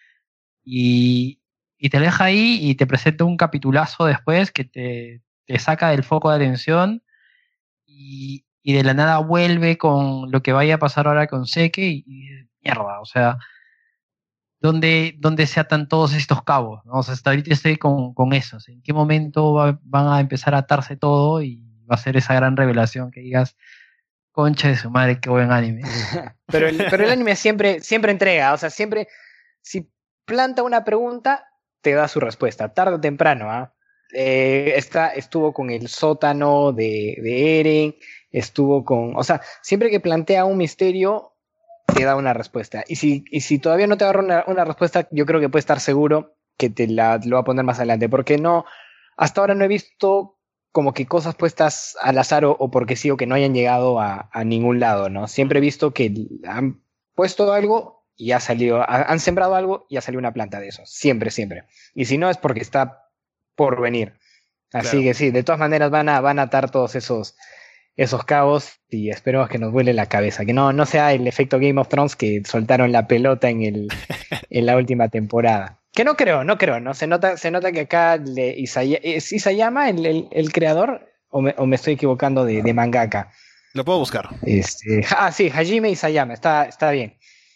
Y te lo deja ahí y te presenta un capitulazo después que te saca del foco de atención y de la nada vuelve con lo que vaya a pasar ahora con Seke y mierda, o sea, ¿dónde se atan todos estos cabos? ¿No? O sea, hasta ahorita estoy con eso, o sea, ¿en qué momento van a empezar a atarse todo y va a ser esa gran revelación que digas, concha de su madre, qué buen anime? Pero el anime siempre entrega, o sea, siempre, si planta una pregunta, te da su respuesta, tarde o temprano, ¿ah? Estuvo con el sótano de Eren, o sea, siempre que plantea un misterio, te da una respuesta. Y si todavía no te agarra una respuesta, yo creo que puedes estar seguro que lo va a poner más adelante, porque hasta ahora no he visto como que cosas puestas al azar o porque sí o que no hayan llegado a ningún lado, ¿no? Siempre he visto que han puesto algo y ha salido, han sembrado algo y ha salido una planta de eso, siempre. Y si no es porque está por venir. Así claro. Que sí, de todas maneras van a atar todos esos cabos y esperemos que nos vuele la cabeza, que no sea el efecto Game of Thrones que soltaron la pelota en la última temporada. Que no creo, ¿no? Se nota que acá ¿es Isayama el creador? ¿O me estoy equivocando de mangaka? Lo puedo buscar. Sí, Hajime Isayama, está bien.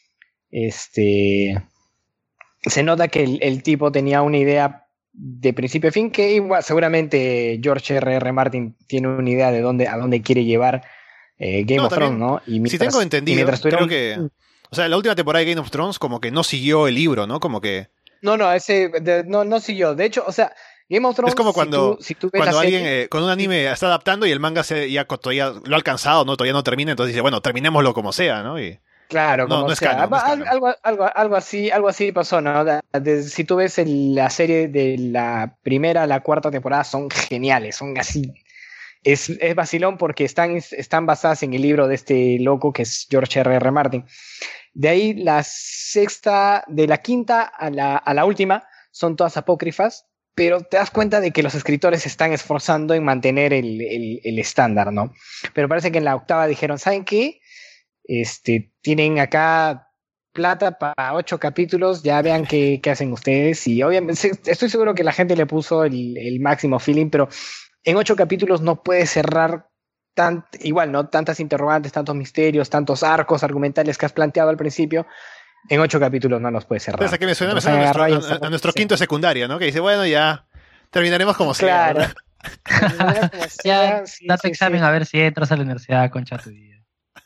Se nota que el tipo tenía una idea de principio a fin, que igual seguramente George R.R. Martin tiene una idea de a dónde quiere llevar Game of Thrones, ¿no? Si tengo entendido, creo que... O sea, la última temporada de Game of Thrones como que no siguió el libro, ¿no? Como que... No siguió. De hecho, o sea, Game of Thrones... Es como cuando, si tú ves cuando alguien serie, con un anime está adaptando y el manga ya todavía lo ha alcanzado, ¿no? Todavía no termina, entonces dice, bueno, terminémoslo como sea, ¿no? Y... Claro, no es canon, algo así pasó, ¿no? Si tú ves la serie de la primera a la cuarta temporada, son geniales, son así. Es vacilón porque están basadas en el libro de este loco que es George R.R. Martin. De ahí de la quinta a la última, son todas apócrifas, pero te das cuenta de que los escritores se están esforzando en mantener el estándar, ¿no? Pero parece que en la octava dijeron, ¿saben qué? Tienen acá plata para 8 capítulos, ya vean qué hacen ustedes, y obviamente estoy seguro que la gente le puso el máximo feeling, pero en 8 capítulos no puedes cerrar igual, ¿no? Tantas interrogantes, tantos misterios, tantos arcos argumentales que has planteado al principio, en 8 capítulos no los puedes cerrar. Pues aquí me suena a nuestro quinto de secundaria, ¿no? Que dice, bueno, ya terminaremos como claro. sea. Ya, date examen a ver si entras a la universidad, concha tu vida.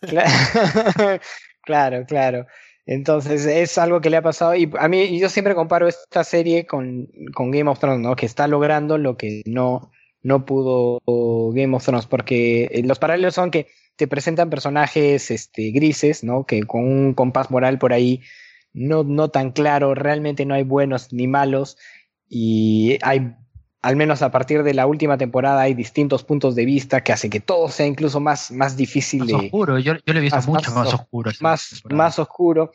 Claro. Entonces es algo que le ha pasado y a mí yo siempre comparo esta serie con Game of Thrones, ¿no? Que está logrando lo que no pudo Game of Thrones, porque los paralelos son que te presentan personajes grises, ¿no? Que con un compás moral por ahí no tan claro, realmente no hay buenos ni malos y hay, al menos a partir de la última temporada, hay distintos puntos de vista que hace que todo sea incluso más difícil más oscuro. Yo lo he visto mucho más oscuro. Más oscuro.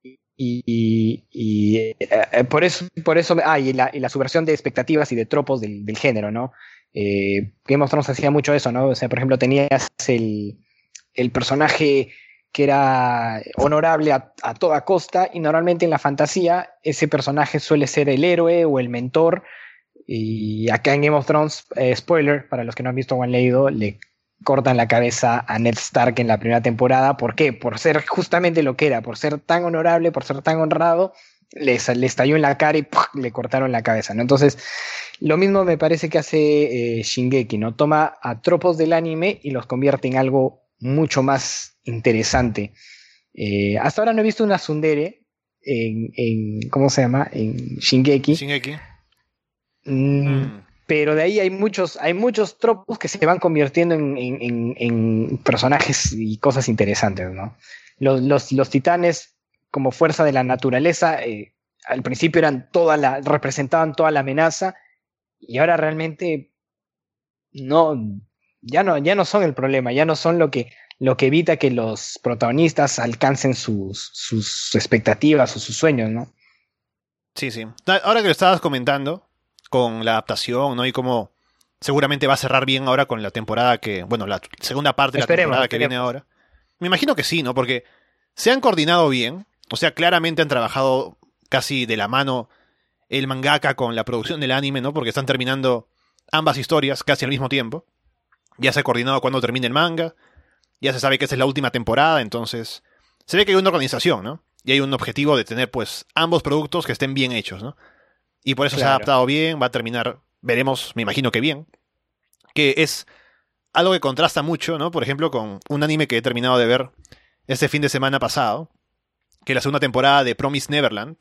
Y por eso y la subversión de expectativas y de tropos del género, ¿no? Game of Thrones hacía mucho eso, ¿no? O sea, por ejemplo, tenías el personaje que era honorable a toda costa, y normalmente en la fantasía ese personaje suele ser el héroe o el mentor Y acá en Game of Thrones, spoiler, para los que no han visto o han leído, le cortan la cabeza a Ned Stark en la primera temporada. ¿Por qué? Por ser justamente lo que era, por ser tan honorable, por ser tan honrado, le estalló en la cara y ¡puf!, le cortaron la cabeza, ¿no? Entonces, lo mismo me parece que hace Shingeki, ¿no? Toma a tropos del anime y los convierte en algo mucho más interesante. Hasta ahora no he visto una tsundere ¿cómo se llama? En Shingeki. Pero de ahí hay muchos tropos que se van convirtiendo en personajes y cosas interesantes, ¿no? Los titanes, como fuerza de la naturaleza, al principio representaban toda la amenaza, y ahora realmente ya no son el problema, ya no son lo que evita que los protagonistas alcancen sus expectativas o sus sueños, ¿no? Sí, sí. Ahora que lo estabas comentando, con la adaptación, ¿no? Y cómo seguramente va a cerrar bien ahora con la temporada la segunda parte de la temporada que viene ahora. Me imagino que sí, ¿no? Porque se han coordinado bien, o sea, claramente han trabajado casi de la mano el mangaka con la producción del anime, ¿no? Porque están terminando ambas historias casi al mismo tiempo. Ya se ha coordinado cuando termine el manga, ya se sabe que esta es la última temporada, entonces se ve que hay una organización, ¿no? Y hay un objetivo de tener, pues, ambos productos que estén bien hechos, ¿no? Y por eso se ha adaptado bien, va a terminar, veremos, me imagino que bien. Que es algo que contrasta mucho, ¿no? Por ejemplo, con un anime que he terminado de ver este fin de semana pasado, que es la segunda temporada de Promised Neverland,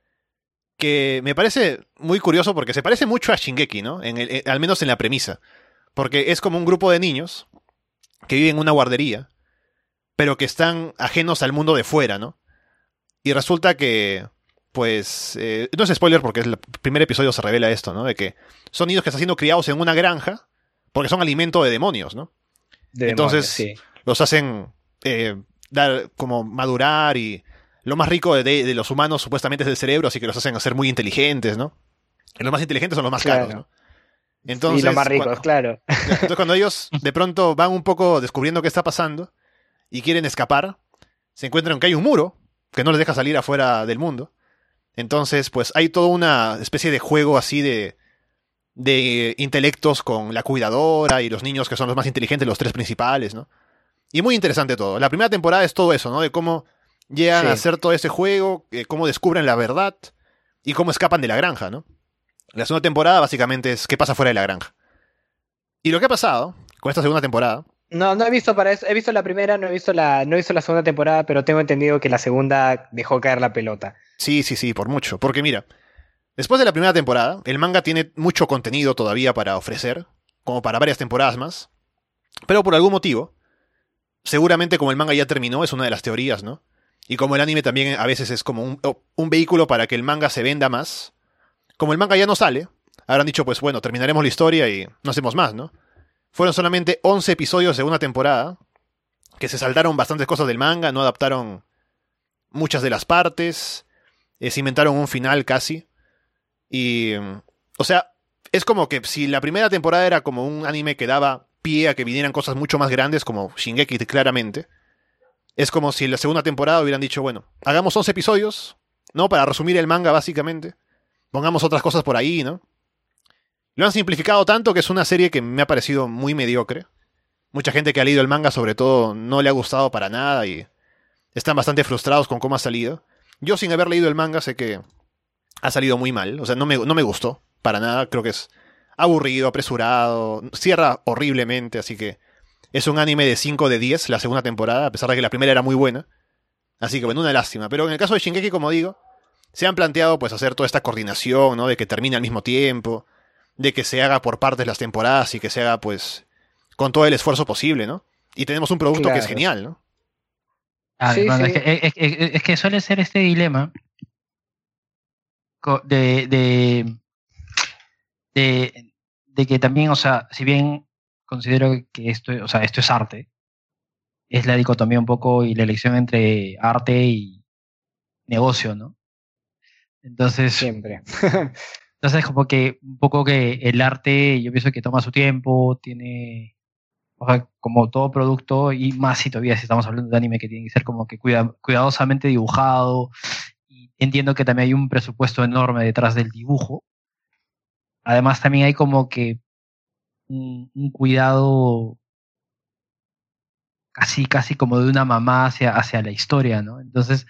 que me parece muy curioso porque se parece mucho a Shingeki, ¿no? Al menos en la premisa. Porque es como un grupo de niños que viven en una guardería, pero que están ajenos al mundo de fuera, ¿no? Y resulta que, pues, no es spoiler porque el primer episodio se revela esto, ¿no? De que son niños que están siendo criados en una granja porque son alimento de demonios, ¿no? Entonces, demonios, sí. Los hacen dar como madurar, y lo más rico de los humanos supuestamente es el cerebro, así que los hacen ser muy inteligentes, ¿no? Y los más inteligentes son los más caros, ¿no? Entonces, y los más ricos, claro. Entonces cuando ellos de pronto van un poco descubriendo qué está pasando y quieren escapar, se encuentran que hay un muro que no les deja salir afuera del mundo. Entonces, pues hay toda una especie de juego así de intelectos con la cuidadora y los niños que son los más inteligentes, los tres principales, ¿no? Y muy interesante todo. La primera temporada es todo eso, ¿no? De cómo llegan a hacer todo ese juego, cómo descubren la verdad y cómo escapan de la granja, ¿no? La segunda temporada básicamente es qué pasa fuera de la granja. Y lo que ha pasado con esta segunda temporada... No he visto para eso. He visto la primera, no he visto la segunda temporada, pero tengo entendido que la segunda dejó caer la pelota. Sí, por mucho. Porque mira, después de la primera temporada, el manga tiene mucho contenido todavía para ofrecer, como para varias temporadas más. Pero por algún motivo, seguramente como el manga ya terminó, es una de las teorías, ¿no? Y como el anime también a veces es como un vehículo para que el manga se venda más, como el manga ya no sale, habrán dicho, pues bueno, terminaremos la historia y no hacemos más, ¿no? Fueron solamente 11 episodios de una temporada, que se saltaron bastantes cosas del manga, no adaptaron muchas de las partes, se inventaron un final casi. Y, o sea, es como que si la primera temporada era como un anime que daba pie a que vinieran cosas mucho más grandes, como Shingeki claramente, es como si en la segunda temporada hubieran dicho, bueno, hagamos 11 episodios, ¿no? Para resumir el manga básicamente. Pongamos otras cosas por ahí, ¿no? Lo han simplificado tanto que es una serie que me ha parecido muy mediocre. Mucha gente que ha leído el manga, sobre todo, no le ha gustado para nada y están bastante frustrados con cómo ha salido. Yo, sin haber leído el manga, sé que ha salido muy mal. O sea, no me gustó para nada. Creo que es aburrido, apresurado, cierra horriblemente, así que es un anime de 5 de 10 la segunda temporada, a pesar de que la primera era muy buena. Así que, bueno, una lástima. Pero en el caso de Shingeki, como digo, se han planteado pues hacer toda esta coordinación, ¿no? De que termine al mismo tiempo, de que se haga por partes las temporadas y que se haga pues con todo el esfuerzo posible, ¿no? Y tenemos un producto que es genial, ¿no? Además, sí. Es que suele ser este dilema de que también, o sea, si bien considero que esto es arte, es la dicotomía un poco y la elección entre arte y negocio, ¿no? Entonces, siempre. Entonces, como que un poco que el arte, yo pienso que toma su tiempo, tiene, o sea, como todo producto, y más si todavía si estamos hablando de anime, que tiene que ser como que cuidadosamente dibujado. Y entiendo que también hay un presupuesto enorme detrás del dibujo, además también hay como que un cuidado casi como de una mamá hacia la historia, ¿no? Entonces,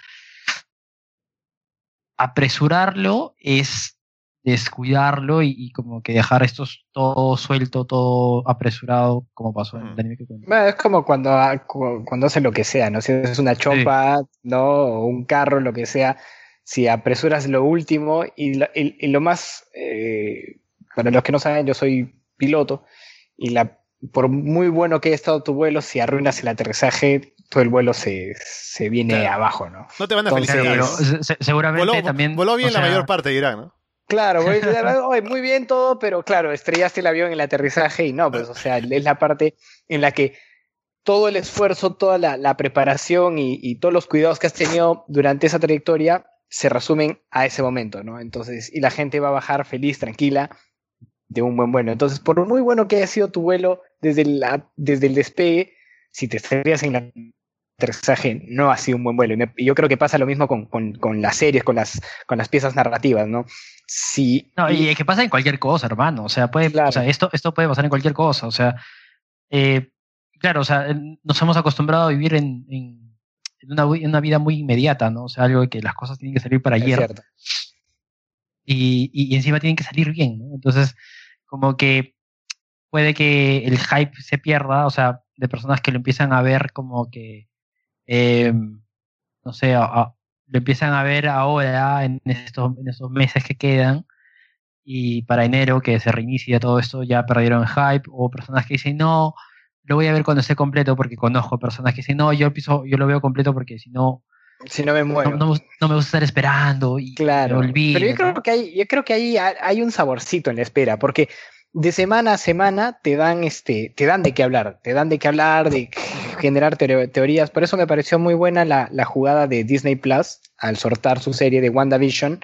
apresurarlo es descuidarlo y como que dejar esto todo suelto, todo apresurado, como pasó en el anime que cuento. Bueno, es como cuando hace lo que sea, ¿no? Si es una chompa, ¿no? O un carro, lo que sea, si apresuras lo último y lo más, para los que no saben, yo soy piloto y por muy bueno que haya estado tu vuelo, si arruinas el aterrizaje, todo el vuelo se viene abajo, ¿no? No te van a Entonces, felicitar. Pero seguramente también... Voló bien o sea, la mayor parte, dirán, ¿no? claro, muy bien todo, pero claro, estrellaste el avión en el aterrizaje y no, pues, o sea, es la parte en la que todo el esfuerzo, toda la preparación y todos los cuidados que has tenido durante esa trayectoria se resumen a ese momento, ¿no? Entonces, y la gente va a bajar feliz, tranquila, de un buen vuelo. Entonces, por muy bueno que haya sido tu vuelo desde el despegue, si te estrellas en el aterrizaje, no ha sido un buen vuelo. Y yo creo que pasa lo mismo con las series, con las piezas narrativas, ¿no? Sí. No, y es que pasa en cualquier cosa, hermano. O sea, Claro. o sea, esto puede pasar en cualquier cosa. O sea, claro, o sea, nos hemos acostumbrado a vivir en una vida muy inmediata, ¿no? O sea, algo de que las cosas tienen que salir para Es ayer. cierto. Y encima tienen que salir bien, ¿no? Entonces, como que puede que el hype se pierda, o sea, de personas que lo empiezan a ver como que, no sé, lo empiezan a ver ahora en estos meses que quedan y para enero que se reinicia todo esto ya perdieron el hype, o personas que dicen no, lo voy a ver cuando esté completo, porque conozco personas que dicen no, yo lo veo completo porque si no Si no me muevo. no me gusta estar esperando y Claro. me olvido. Pero yo creo que ahí hay un saborcito en la espera, porque de semana a semana te dan de qué hablar, de generar teorías. Por eso me pareció muy buena la jugada de Disney Plus al soltar su serie de WandaVision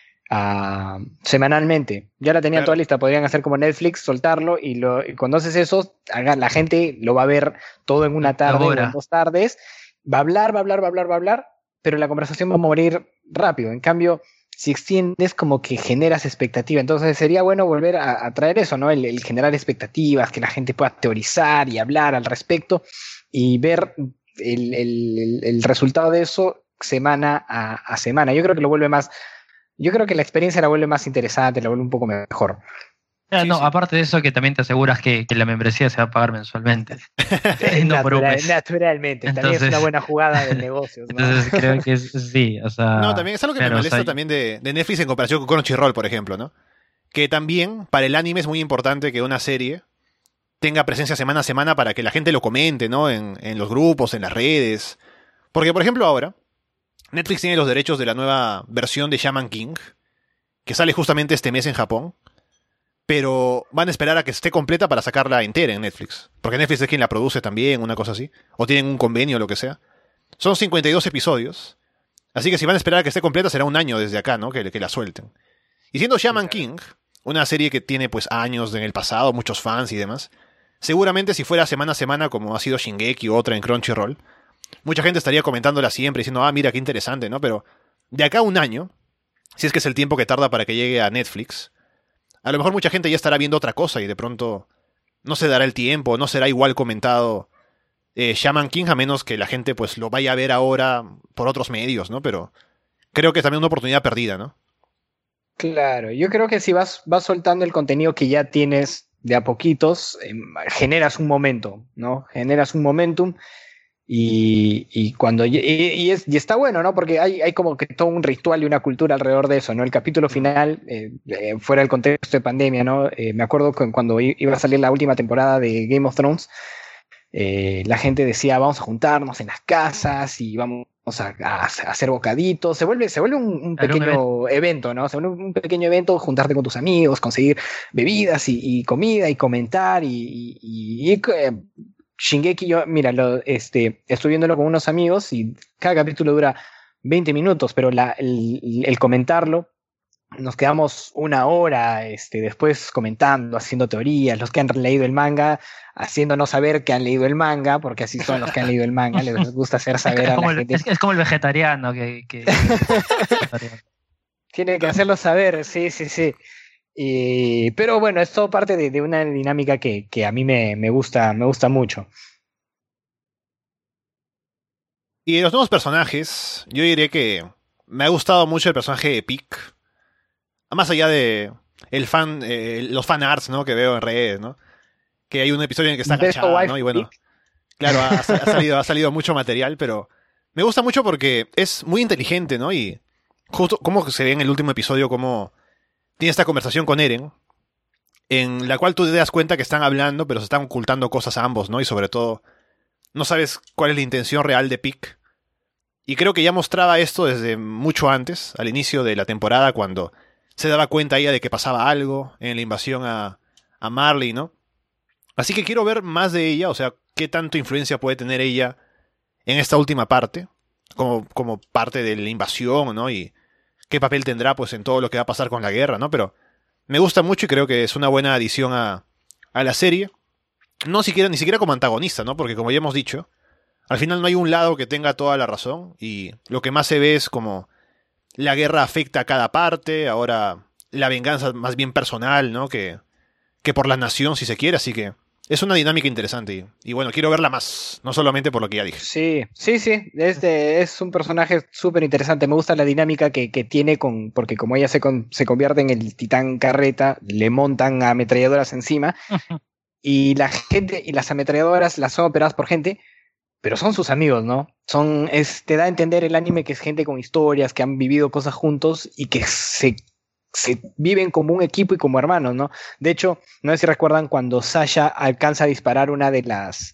semanalmente. Ya la tenían toda lista, podrían hacer como Netflix, soltarlo y cuando haces eso, la gente lo va a ver todo en una tarde o en 2 tardes, va a hablar, pero la conversación va a morir rápido. En cambio, si extiendes, como que generas expectativa. Entonces sería bueno volver a traer eso, ¿no? El generar expectativas, que la gente pueda teorizar y hablar al respecto y ver el resultado de eso semana a semana. Yo creo que la experiencia la vuelve más interesante, la vuelve un poco mejor. Sí. Aparte de eso, que también te aseguras que la membresía se va a pagar mensualmente. Naturalmente, entonces, también es una buena jugada de negocios, ¿no? Entonces creo que sí, o sea... No, también es algo que me molesta también de Netflix en comparación con Crunchyroll, por ejemplo, ¿no? Que también para el anime es muy importante que una serie tenga presencia semana a semana para que la gente lo comente, ¿no? En los grupos, en las redes. Porque, por ejemplo, ahora Netflix tiene los derechos de la nueva versión de Shaman King, que sale justamente este mes en Japón. Pero van a esperar a que esté completa para sacarla entera en Netflix. Porque Netflix es quien la produce también, una cosa así. O tienen un convenio o lo que sea. Son 52 episodios. Así que si van a esperar a que esté completa será un año desde acá, ¿no? Que la suelten. Y siendo Shaman King, una serie que tiene pues años en el pasado, muchos fans y demás, seguramente si fuera semana a semana como ha sido Shingeki u otra en Crunchyroll, mucha gente estaría comentándola siempre diciendo, mira qué interesante, ¿no? Pero de acá a un año, si es que es el tiempo que tarda para que llegue a Netflix, a lo mejor mucha gente ya estará viendo otra cosa y de pronto no se dará el tiempo, no será igual comentado Shaman King, a menos que la gente pues lo vaya a ver ahora por otros medios, ¿no? Pero creo que es también una oportunidad perdida, ¿no? Claro, yo creo que si vas soltando el contenido que ya tienes de a poquitos, generas un momento, ¿no? Generas un momentum y está bueno, ¿no? Porque hay como que todo un ritual y una cultura alrededor de eso, ¿no? El capítulo final, fuera del contexto de pandemia, ¿no? Me acuerdo que cuando iba a salir la última temporada de Game of Thrones, la gente decía, vamos a juntarnos en las casas y vamos a hacer bocaditos. Se vuelve un pequeño evento, ¿no? Se vuelve un pequeño evento, juntarte con tus amigos, conseguir bebidas y comida y comentar Shingeki, yo, mira, estoy viéndolo con unos amigos y cada capítulo dura 20 minutos, pero el comentarlo, nos quedamos una hora después comentando, haciendo teorías, los que han leído el manga, haciéndonos saber que han leído el manga, porque así son los que han leído el manga, les gusta hacer saber a la gente. Es como el vegetariano que... Tiene que hacerlo saber, sí. Pero bueno, es todo parte de una dinámica que a mí me gusta mucho. Y de los nuevos personajes, yo diré que me ha gustado mucho el personaje de Pick. Más allá de los fan arts, ¿no? Que veo en redes, ¿no? Que hay un episodio en el que está Best agachada, Wife ¿no? Y bueno, Pick. claro, ha salido mucho material, pero me gusta mucho porque es muy inteligente, ¿no? Y justo como se ve en el último episodio, como tiene esta conversación con Eren, en la cual tú te das cuenta que están hablando, pero se están ocultando cosas a ambos, ¿no? Y sobre todo, no sabes cuál es la intención real de Pick. Y creo que ya mostraba esto desde mucho antes, al inicio de la temporada, cuando se daba cuenta ella de que pasaba algo en la invasión a Marley, ¿no? Así que quiero ver más de ella, o sea, qué tanto influencia puede tener ella en esta última parte, como parte de la invasión, ¿no? Y qué papel tendrá, pues, en todo lo que va a pasar con la guerra, ¿no? Pero me gusta mucho y creo que es una buena adición a la serie. No ni siquiera como antagonista, ¿no? Porque como ya hemos dicho, al final no hay un lado que tenga toda la razón y lo que más se ve es como la guerra afecta a cada parte, ahora la venganza más bien personal, ¿no? Que por la nación, si se quiere, así que es una dinámica interesante y bueno, quiero verla más, no solamente por lo que ya dije. Sí, es un personaje súper interesante. Me gusta la dinámica que tiene porque como ella se convierte en el titán carreta, le montan ametralladoras encima y la gente y las ametralladoras las son operadas por gente, pero son sus amigos, ¿no? Te da a entender el anime que es gente con historias, que han vivido cosas juntos y que se viven como un equipo y como hermanos, ¿no? De hecho, no sé si recuerdan cuando Sasha alcanza a disparar a una de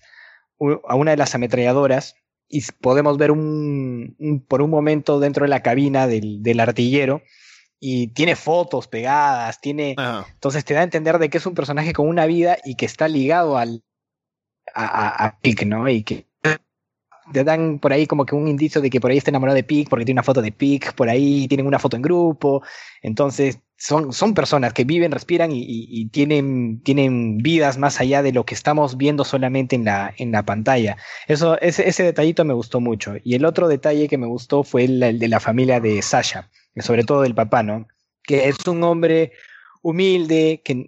las ametralladoras y podemos ver por un momento dentro de la cabina del artillero y tiene fotos pegadas, entonces te da a entender de que es un personaje con una vida y que está ligado a Pick, ¿no? Y que te dan por ahí como que un indicio de que por ahí está enamorado de Pick, porque tiene una foto de Pick por ahí, tienen una foto en grupo. Entonces, son personas que viven, respiran y tienen vidas más allá de lo que estamos viendo solamente en la pantalla. Ese detallito me gustó mucho. Y el otro detalle que me gustó fue el de la familia de Sasha, sobre todo del papá, ¿no? Que es un hombre humilde, que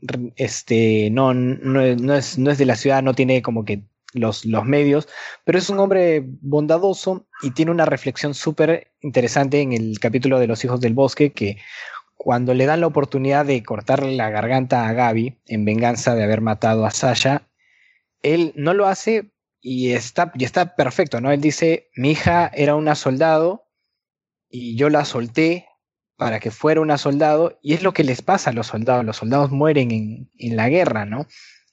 no es de la ciudad, no tiene como que los medios, pero es un hombre bondadoso y tiene una reflexión súper interesante en el capítulo de los hijos del bosque, que cuando le dan la oportunidad de cortarle la garganta a Gaby en venganza de haber matado a Sasha, él no lo hace y está perfecto, ¿no? Él dice, mi hija era una soldado y yo la solté para que fuera una soldado, y es lo que les pasa a los soldados mueren en la guerra, ¿no?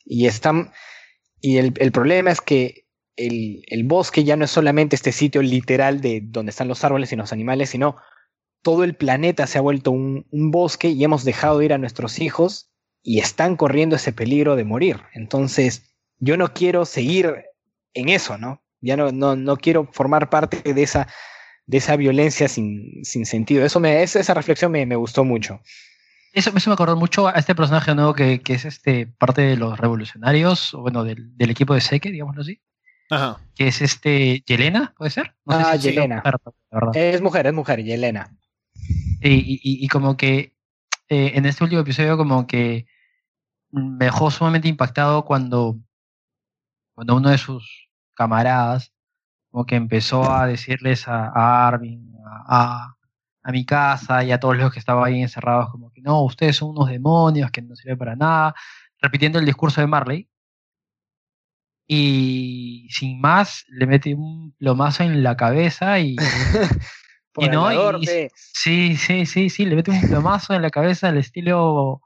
Y el problema es que el bosque ya no es solamente este sitio literal de donde están los árboles y los animales, sino todo el planeta se ha vuelto un bosque y hemos dejado de ir a nuestros hijos y están corriendo ese peligro de morir. Entonces, yo no quiero seguir en eso, ¿no? Ya no quiero formar parte de esa violencia sin sentido. Esa reflexión me gustó mucho. Eso me acordó mucho a este personaje nuevo que es parte de los revolucionarios, o bueno, del equipo de Seke, digámoslo así. Ajá. Que es Yelena, ¿puede ser? No sé si Yelena. Es mujer, Yelena. Y como que en este último episodio como que me dejó sumamente impactado cuando uno de sus camaradas como que empezó a decirles a Armin, a mi casa y a todos los que estaban ahí encerrados, como que no, ustedes son unos demonios que no sirven para nada, repitiendo el discurso de Marley. Y sin más, le mete un plomazo en la cabeza y sí, le mete un plomazo en la cabeza al estilo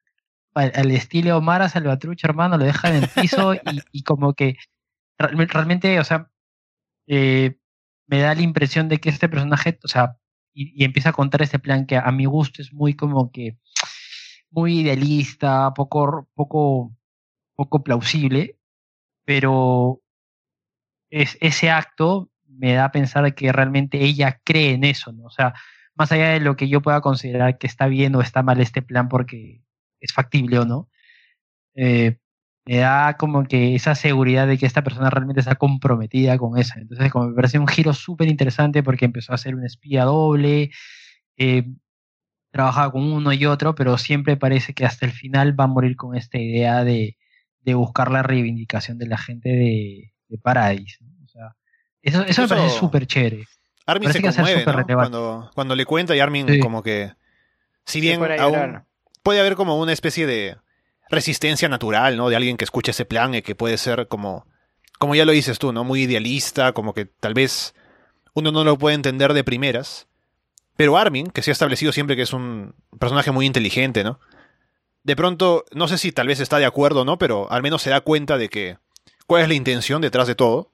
Mara Salvatrucha, hermano, lo deja en el piso y como que realmente, o sea, me da la impresión de que este personaje, o sea, y empieza a contar este plan que a mi gusto es muy como que muy idealista, poco plausible, pero ese acto me da a pensar que realmente ella cree en eso, ¿no? O sea, más allá de lo que yo pueda considerar que está bien o está mal este plan porque es factible o no, me da como que esa seguridad de que esta persona realmente está comprometida con eso. Entonces, como me parece un giro súper interesante porque empezó a ser un espía doble, trabajaba con uno y otro, pero siempre parece que hasta el final va a morir con esta idea de buscar la reivindicación de la gente de Paradise, ¿no? O sea, eso me parece súper chévere. Armin se conmueve, ¿no? Cuando le cuenta y Armin como que, si bien aún puede haber como una especie de resistencia natural, ¿no? De alguien que escucha ese plan y que puede ser como ya lo dices tú, ¿no? Muy idealista, como que tal vez uno no lo puede entender de primeras. Pero Armin, que se ha establecido siempre que es un personaje muy inteligente, ¿no? De pronto, no sé si tal vez está de acuerdo o no, pero al menos se da cuenta de que cuál es la intención detrás de todo.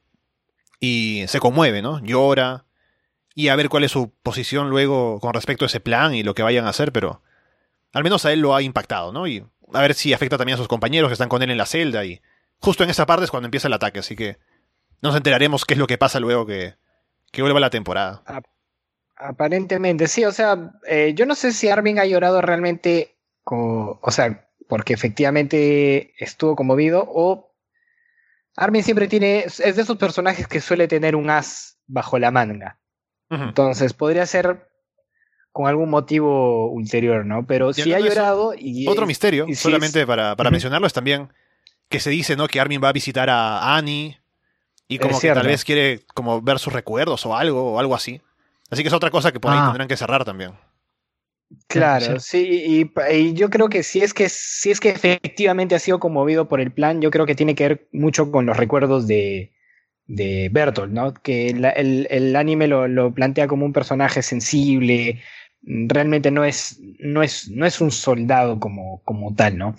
Y se conmueve, ¿no? Llora. Y a ver cuál es su posición luego con respecto a ese plan y lo que vayan a hacer, pero al menos a él lo ha impactado, ¿no? Y a ver si afecta también a sus compañeros que están con él en la celda. Y justo en esa parte es cuando empieza el ataque, así que nos enteraremos qué es lo que pasa luego que vuelva la temporada. Aparentemente, sí, o sea, yo no sé si Armin ha llorado realmente, o sea, porque efectivamente estuvo conmovido, o Armin siempre es de esos personajes que suele tener un as bajo la manga. Uh-huh. Entonces, podría ser con algún motivo ulterior, ¿no? Pero si ha llorado... Otro misterio, y solamente para mencionarlo, es también que se dice, ¿no? Que Armin va a visitar a Annie y como que tal vez quiere como ver sus recuerdos o algo así. Así que es otra cosa que por ahí tendrán que cerrar también. Claro, sí, y yo creo que si es que efectivamente ha sido conmovido por el plan, yo creo que tiene que ver mucho con los recuerdos de Bertolt, ¿no? Que el anime lo plantea como un personaje sensible, realmente no es un soldado como tal, ¿no?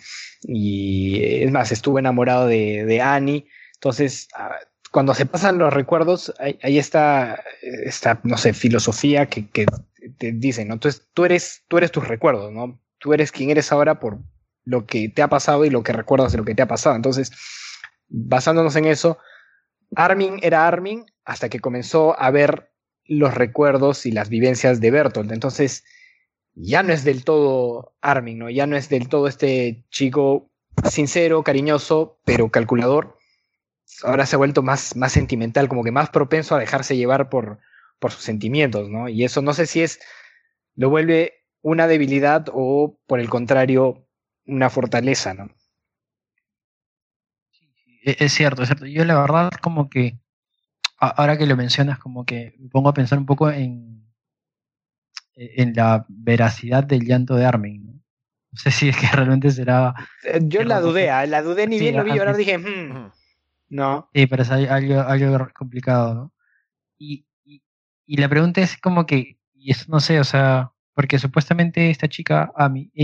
Y es más, estuvo enamorado de Annie, entonces... Cuando se pasan los recuerdos, ahí está esta, no sé, filosofía que te dice, ¿no? Entonces, tú eres tus recuerdos, ¿no? Tú eres quien eres ahora por lo que te ha pasado y lo que recuerdas de lo que te ha pasado. Entonces, basándonos en eso, Armin era Armin hasta que comenzó a ver los recuerdos y las vivencias de Bertolt. Entonces, ya no es del todo Armin, ¿no? Ya no es del todo este chico sincero, cariñoso, pero calculador. Ahora se ha vuelto más sentimental, como que más propenso a dejarse llevar por sus sentimientos, ¿no? Y eso no sé si lo vuelve una debilidad o, por el contrario, una fortaleza, ¿no? Es cierto, es cierto. Yo la verdad como que, ahora que lo mencionas, como que me pongo a pensar un poco en la veracidad del llanto de Armin, ¿no? No sé si es que realmente será... Yo la dudé, ni bien lo vi llorar, dije... No. Sí, pero es algo complicado, ¿no? Y la pregunta es como que, y eso no sé, o sea, porque supuestamente esta chica, Annie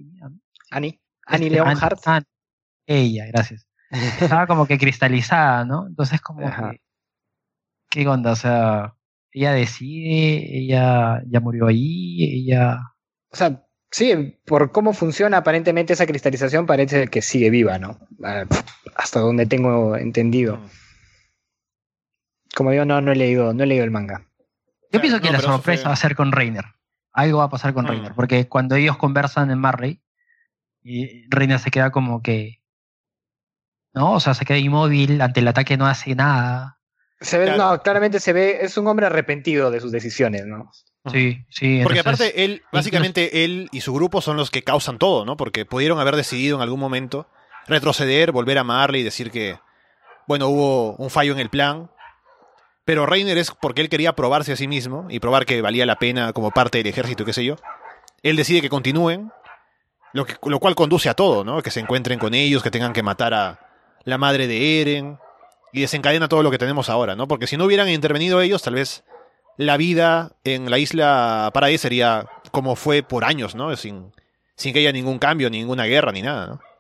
Leonhardt. Ella, gracias. Estaba como que cristalizada, ¿no? Entonces como que, ¿qué onda? O sea, ella decide, ella ya murió ahí, ella... O sea, sí, por cómo funciona aparentemente esa cristalización parece que sigue viva, ¿no? Hasta donde tengo entendido. Como digo, no he leído el manga. Yo pienso que la sorpresa va a ser con Reiner. Algo va a pasar con Reiner, porque cuando ellos conversan en Marley, y Reiner se queda como que... ¿no? O sea, se queda inmóvil, ante el ataque no hace nada. Se ve, claro. No, claramente se ve, es un hombre arrepentido de sus decisiones, ¿no? Sí. Porque aparte, él y su grupo son los que causan todo, ¿no? Porque pudieron haber decidido en algún momento retroceder, volver a Marley y decir que, bueno, hubo un fallo en el plan. Pero Reiner es porque él quería probarse a sí mismo y probar que valía la pena como parte del ejército, qué sé yo. Él decide que continúen, lo cual conduce a todo, ¿no? Que se encuentren con ellos, que tengan que matar a la madre de Eren y desencadena todo lo que tenemos ahora, ¿no? Porque si no hubieran intervenido ellos, tal vez la vida en la isla Paradise sería como fue por años, ¿no? Sin que haya ningún cambio, ninguna guerra, ni nada, ¿no?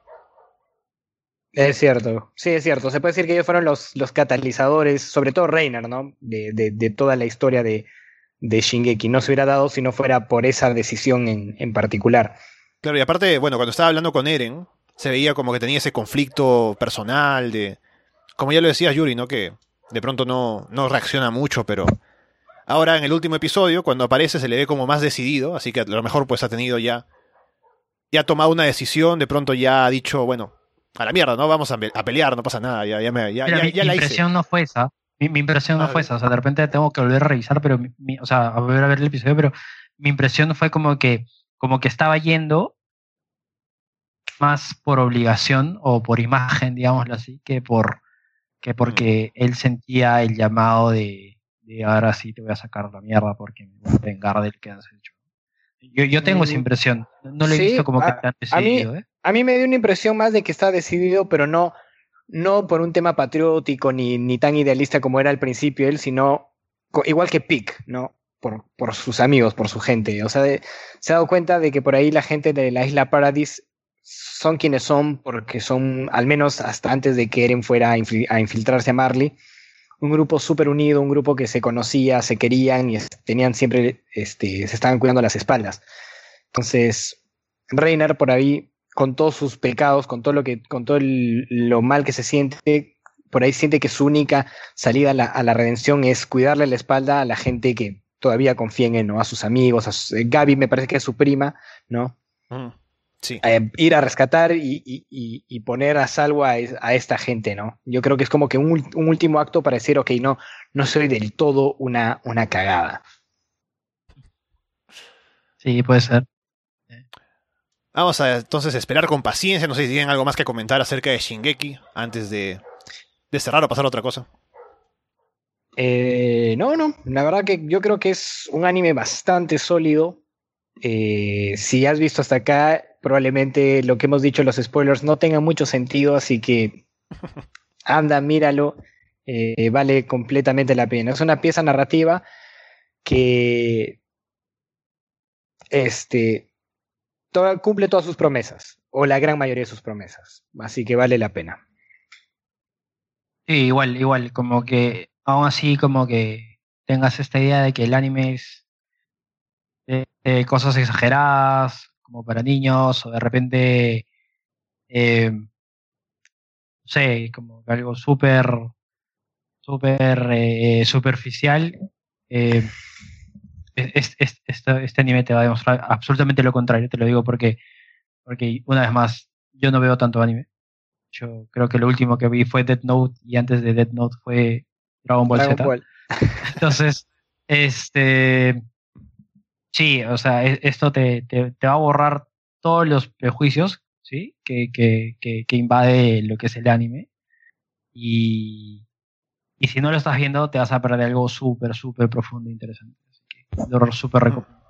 Es cierto, sí, es cierto. Se puede decir que ellos fueron los catalizadores, sobre todo Reiner, ¿no? De toda la historia de Shingeki. No se hubiera dado si no fuera por esa decisión en particular. Claro, y aparte, bueno, cuando estaba hablando con Eren, se veía como que tenía ese conflicto personal como ya lo decías, Yuri, ¿no? Que de pronto no reacciona mucho, pero ahora en el último episodio, cuando aparece, se le ve como más decidido, así que a lo mejor pues ha tenido ya ha tomado una decisión, de pronto ya ha dicho, bueno, a la mierda, ¿no? Vamos a pelear, no pasa nada, ya la hice. Mi impresión no fue esa. Mi impresión no fue esa. O sea, de repente tengo que volver a revisar, pero o sea, a volver a ver el episodio, pero mi impresión fue como que como que estaba yendo más por obligación o por imagen, digámoslo así, que porque él sentía el llamado de ahora sí te voy a sacar la mierda porque me voy a vengar del que has hecho. Yo tengo esa impresión. No lo he visto como que tan decidido. A mí me dio una impresión más de que está decidido, pero no por un tema patriótico ni tan idealista como era al principio él, sino igual que Pick, ¿no? Por sus amigos, por su gente. O sea, se ha dado cuenta de que por ahí la gente de la isla Paradise son quienes son porque son, al menos hasta antes de que Eren fuera a infiltrarse a Marley, un grupo súper unido, un grupo que se conocía, se querían y tenían siempre, se estaban cuidando las espaldas. Entonces, Reiner por ahí, con todos sus pecados, con todo lo mal que se siente, por ahí siente que su única salida a la redención es cuidarle la espalda a la gente que todavía confía en él, ¿no? A sus amigos, Gaby me parece que es su prima, ¿no? Sí. Ir a rescatar y poner a salvo a esta gente, ¿no? Yo creo que es como que un último acto para decir, ok, no soy del todo una cagada. Sí, puede ser. Vamos a entonces esperar con paciencia. No sé si tienen algo más que comentar acerca de Shingeki antes de cerrar o pasar a otra cosa. No. La verdad que yo creo que es un anime bastante sólido. Si has visto hasta acá, probablemente lo que hemos dicho, los spoilers, no tengan mucho sentido, así que anda, míralo. Vale completamente la pena. Es una pieza narrativa que cumple todas sus promesas, o la gran mayoría de sus promesas, así que vale la pena. Sí, igual, como que aún así como que tengas esta idea de que el anime es cosas exageradas, como para niños, o de repente, no sé, como que algo súper superficial. Este anime te va a demostrar absolutamente lo contrario, te lo digo porque una vez más, yo no veo tanto anime. Yo creo que lo último que vi fue Death Note y antes de Death Note fue Dragon Ball Z. Entonces, sí, o sea, esto te va a borrar todos los prejuicios, ¿sí? Que invade lo que es el anime. Y si no lo estás viendo, te vas a perder algo súper profundo e interesante. Así que lo súper recomiendo.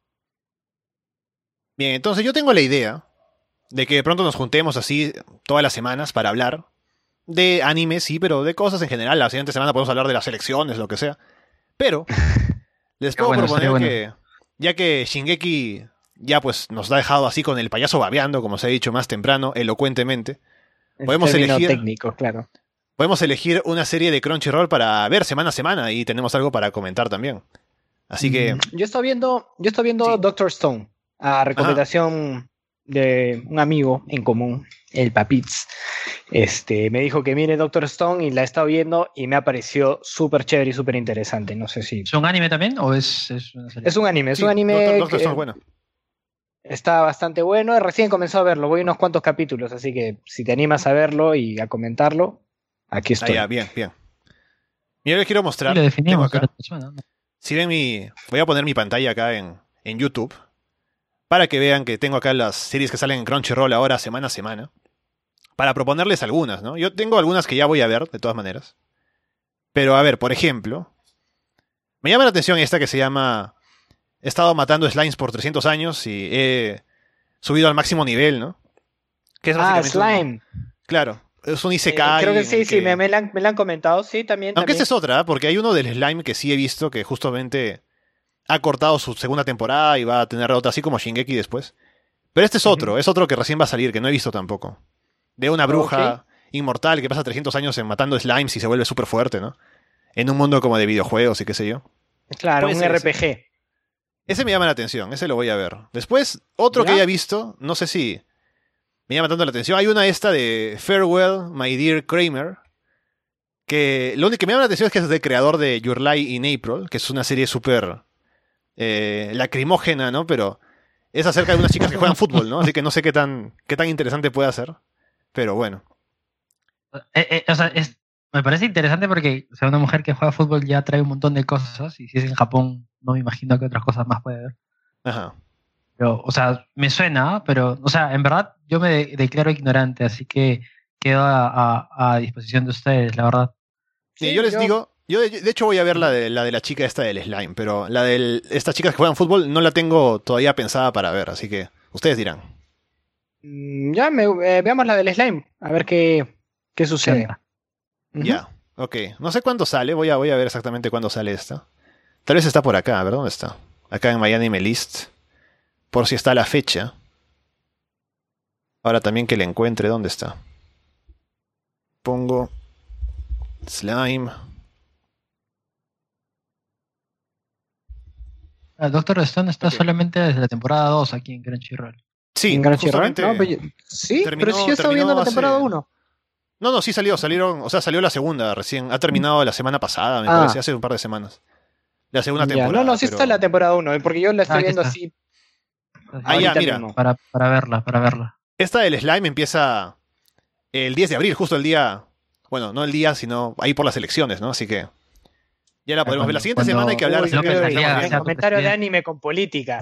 Bien, entonces yo tengo la idea de que de pronto nos juntemos así todas las semanas para hablar de anime, sí, pero de cosas en general. La siguiente semana podemos hablar de las elecciones, lo que sea. Pero les puedo proponer que, ya que Shingeki ya pues nos ha dejado así con el payaso babeando, como se ha dicho más temprano, elocuentemente, podemos elegir técnico, claro. Podemos elegir una serie de Crunchyroll para ver semana a semana y tenemos algo para comentar también. Así que... Yo estoy viendo sí. Doctor Stone, a recomendación de un amigo en común, el Papitz. Me dijo que mire Doctor Stone y la he estado viendo y me ha parecido súper chévere y súper interesante. No sé si... ¿Es un anime también o es una serie? Es un anime, es un anime... Doctor Stone es bueno. Está bastante bueno, recién comenzó a verlo, voy unos cuantos capítulos, así que si te animas a verlo y a comentarlo, aquí estoy. Ya, bien. Mira, les quiero mostrar. Sí, lo definimos acá. Si ven voy a poner mi pantalla acá en YouTube para que vean que tengo acá las series que salen en Crunchyroll ahora semana a semana. Para proponerles algunas, ¿no? Yo tengo algunas que ya voy a ver, de todas maneras. Pero a ver, por ejemplo, me llama la atención esta que se llama He estado matando slimes por 300 años y he subido al máximo nivel, ¿no? Que es Slime. Claro. Es un Isekai. Creo que sí, me la han comentado, sí, también. Aunque esta es otra, porque hay uno del slime que sí he visto que justamente ha cortado su segunda temporada y va a tener otra así como Shingeki después. Pero este es otro, es otro que recién va a salir, que no he visto tampoco. De una bruja inmortal que pasa 300 años en matando slimes y se vuelve súper fuerte, ¿no? En un mundo como de videojuegos y qué sé yo. Claro, un RPG. Ese me llama la atención, ese lo voy a ver. Después, otro que haya visto, no sé si me llama tanto la atención. Hay una esta de Farewell, My Dear Kramer, que lo único que me llama la atención es que es del creador de Your Lie in April, que es una serie súper lacrimógena, ¿no? Pero es acerca de unas chicas que juegan fútbol, ¿no? Así que no sé qué tan interesante puede ser. Pero bueno. O sea, me parece interesante porque una mujer que juega fútbol ya trae un montón de cosas y si es en Japón no me imagino que otras cosas más puede haber. Ajá. Pero, o sea, me suena, pero, o sea, en verdad yo me declaro ignorante, así que quedo a disposición de ustedes, la verdad. Sí, Sí, yo les digo, yo de hecho voy a ver la de la chica esta del slime, pero la de estas chicas que juegan fútbol no la tengo todavía pensada para ver, así que ustedes dirán. Ya, veamos la del slime, a ver qué sucede. Ujú. Ya, ok. No sé cuándo sale, voy a ver exactamente cuándo sale esta. Tal vez está por acá, a ver dónde está. Acá en My Anime List, por si está la fecha. Ahora también que la encuentre, ¿dónde está? Pongo slime. Doctor Stone está Ok. solamente desde la temporada 2 aquí en Crunchyroll. Sí, ¿En Crunchyroll? justamente. No, sí, pero si yo estaba terminó viendo la hace- temporada 1. No, sí salieron, o sea, salió la segunda recién. Ha terminado la semana pasada, me Ah. parece, hace un par de semanas. La segunda Ya, temporada. no, sí pero- está la temporada 1, porque yo la estoy Aquí viendo está. así Ah, ya, ahorita mira. mismo. Para verla. Esta del slime empieza el 10 de abril, justo el día. Bueno, no el día, sino ahí por las elecciones, ¿no? Así que. Ya la podemos ver. La siguiente semana hay que hablar Uy, acerca de López la Aliaga reclamación. en sea tu comentario de presidente. anime con política.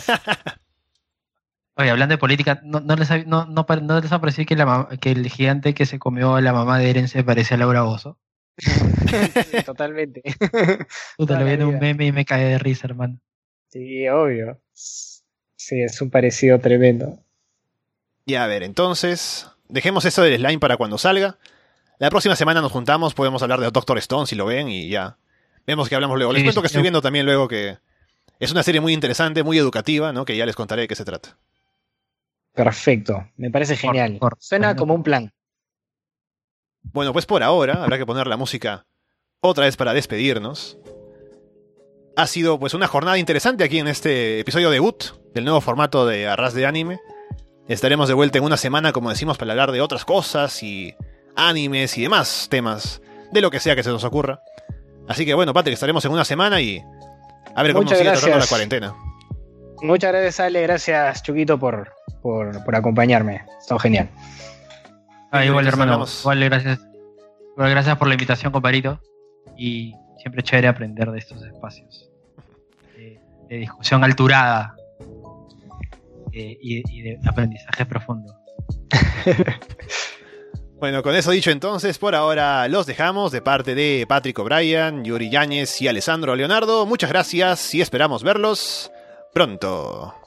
Oye, hablando de política, ¿no les ha parecido que el gigante que se comió a la mamá de Eren se parece a Laura Bozzo? Sí, totalmente. Puta, Toda lo vi la en un vida. meme y me caí de risa, hermano. Sí, obvio. Sí, es un parecido tremendo. Ya, a ver, entonces. Dejemos eso del slime para cuando salga. La próxima semana nos juntamos, podemos hablar de Doctor Stone si lo ven y ya. Vemos que hablamos luego. Les Sí, cuento que sí, estoy sí. viendo también luego que es una serie muy interesante, muy educativa, ¿no? Que ya les contaré de qué se trata. Perfecto, me parece genial. Suena bueno. como un plan. Bueno, pues por ahora habrá que poner la música otra vez para despedirnos. Ha sido pues una jornada interesante aquí en este episodio debut del nuevo formato de Arras de Anime. Estaremos de vuelta en una semana, como decimos, para hablar de otras cosas y animes y demás temas, de lo que sea que se nos ocurra. Así que bueno, Patrick, estaremos en una semana y a ver cómo nos Muchas sigue tratando la gracias. cuarentena. Muchas gracias, Ale. Gracias, Chuquito, por acompañarme. Está genial. Igual, Entonces hermano. hablamos. Igual gracias por la invitación, comparito. Y siempre es chévere aprender de estos espacios. De discusión alturada. Y de aprendizaje profundo. Bueno, con eso dicho entonces, por ahora los dejamos de parte de Patrick O'Brien, Yuri Yáñez y Alessandro Leonardo. Muchas gracias y esperamos verlos pronto.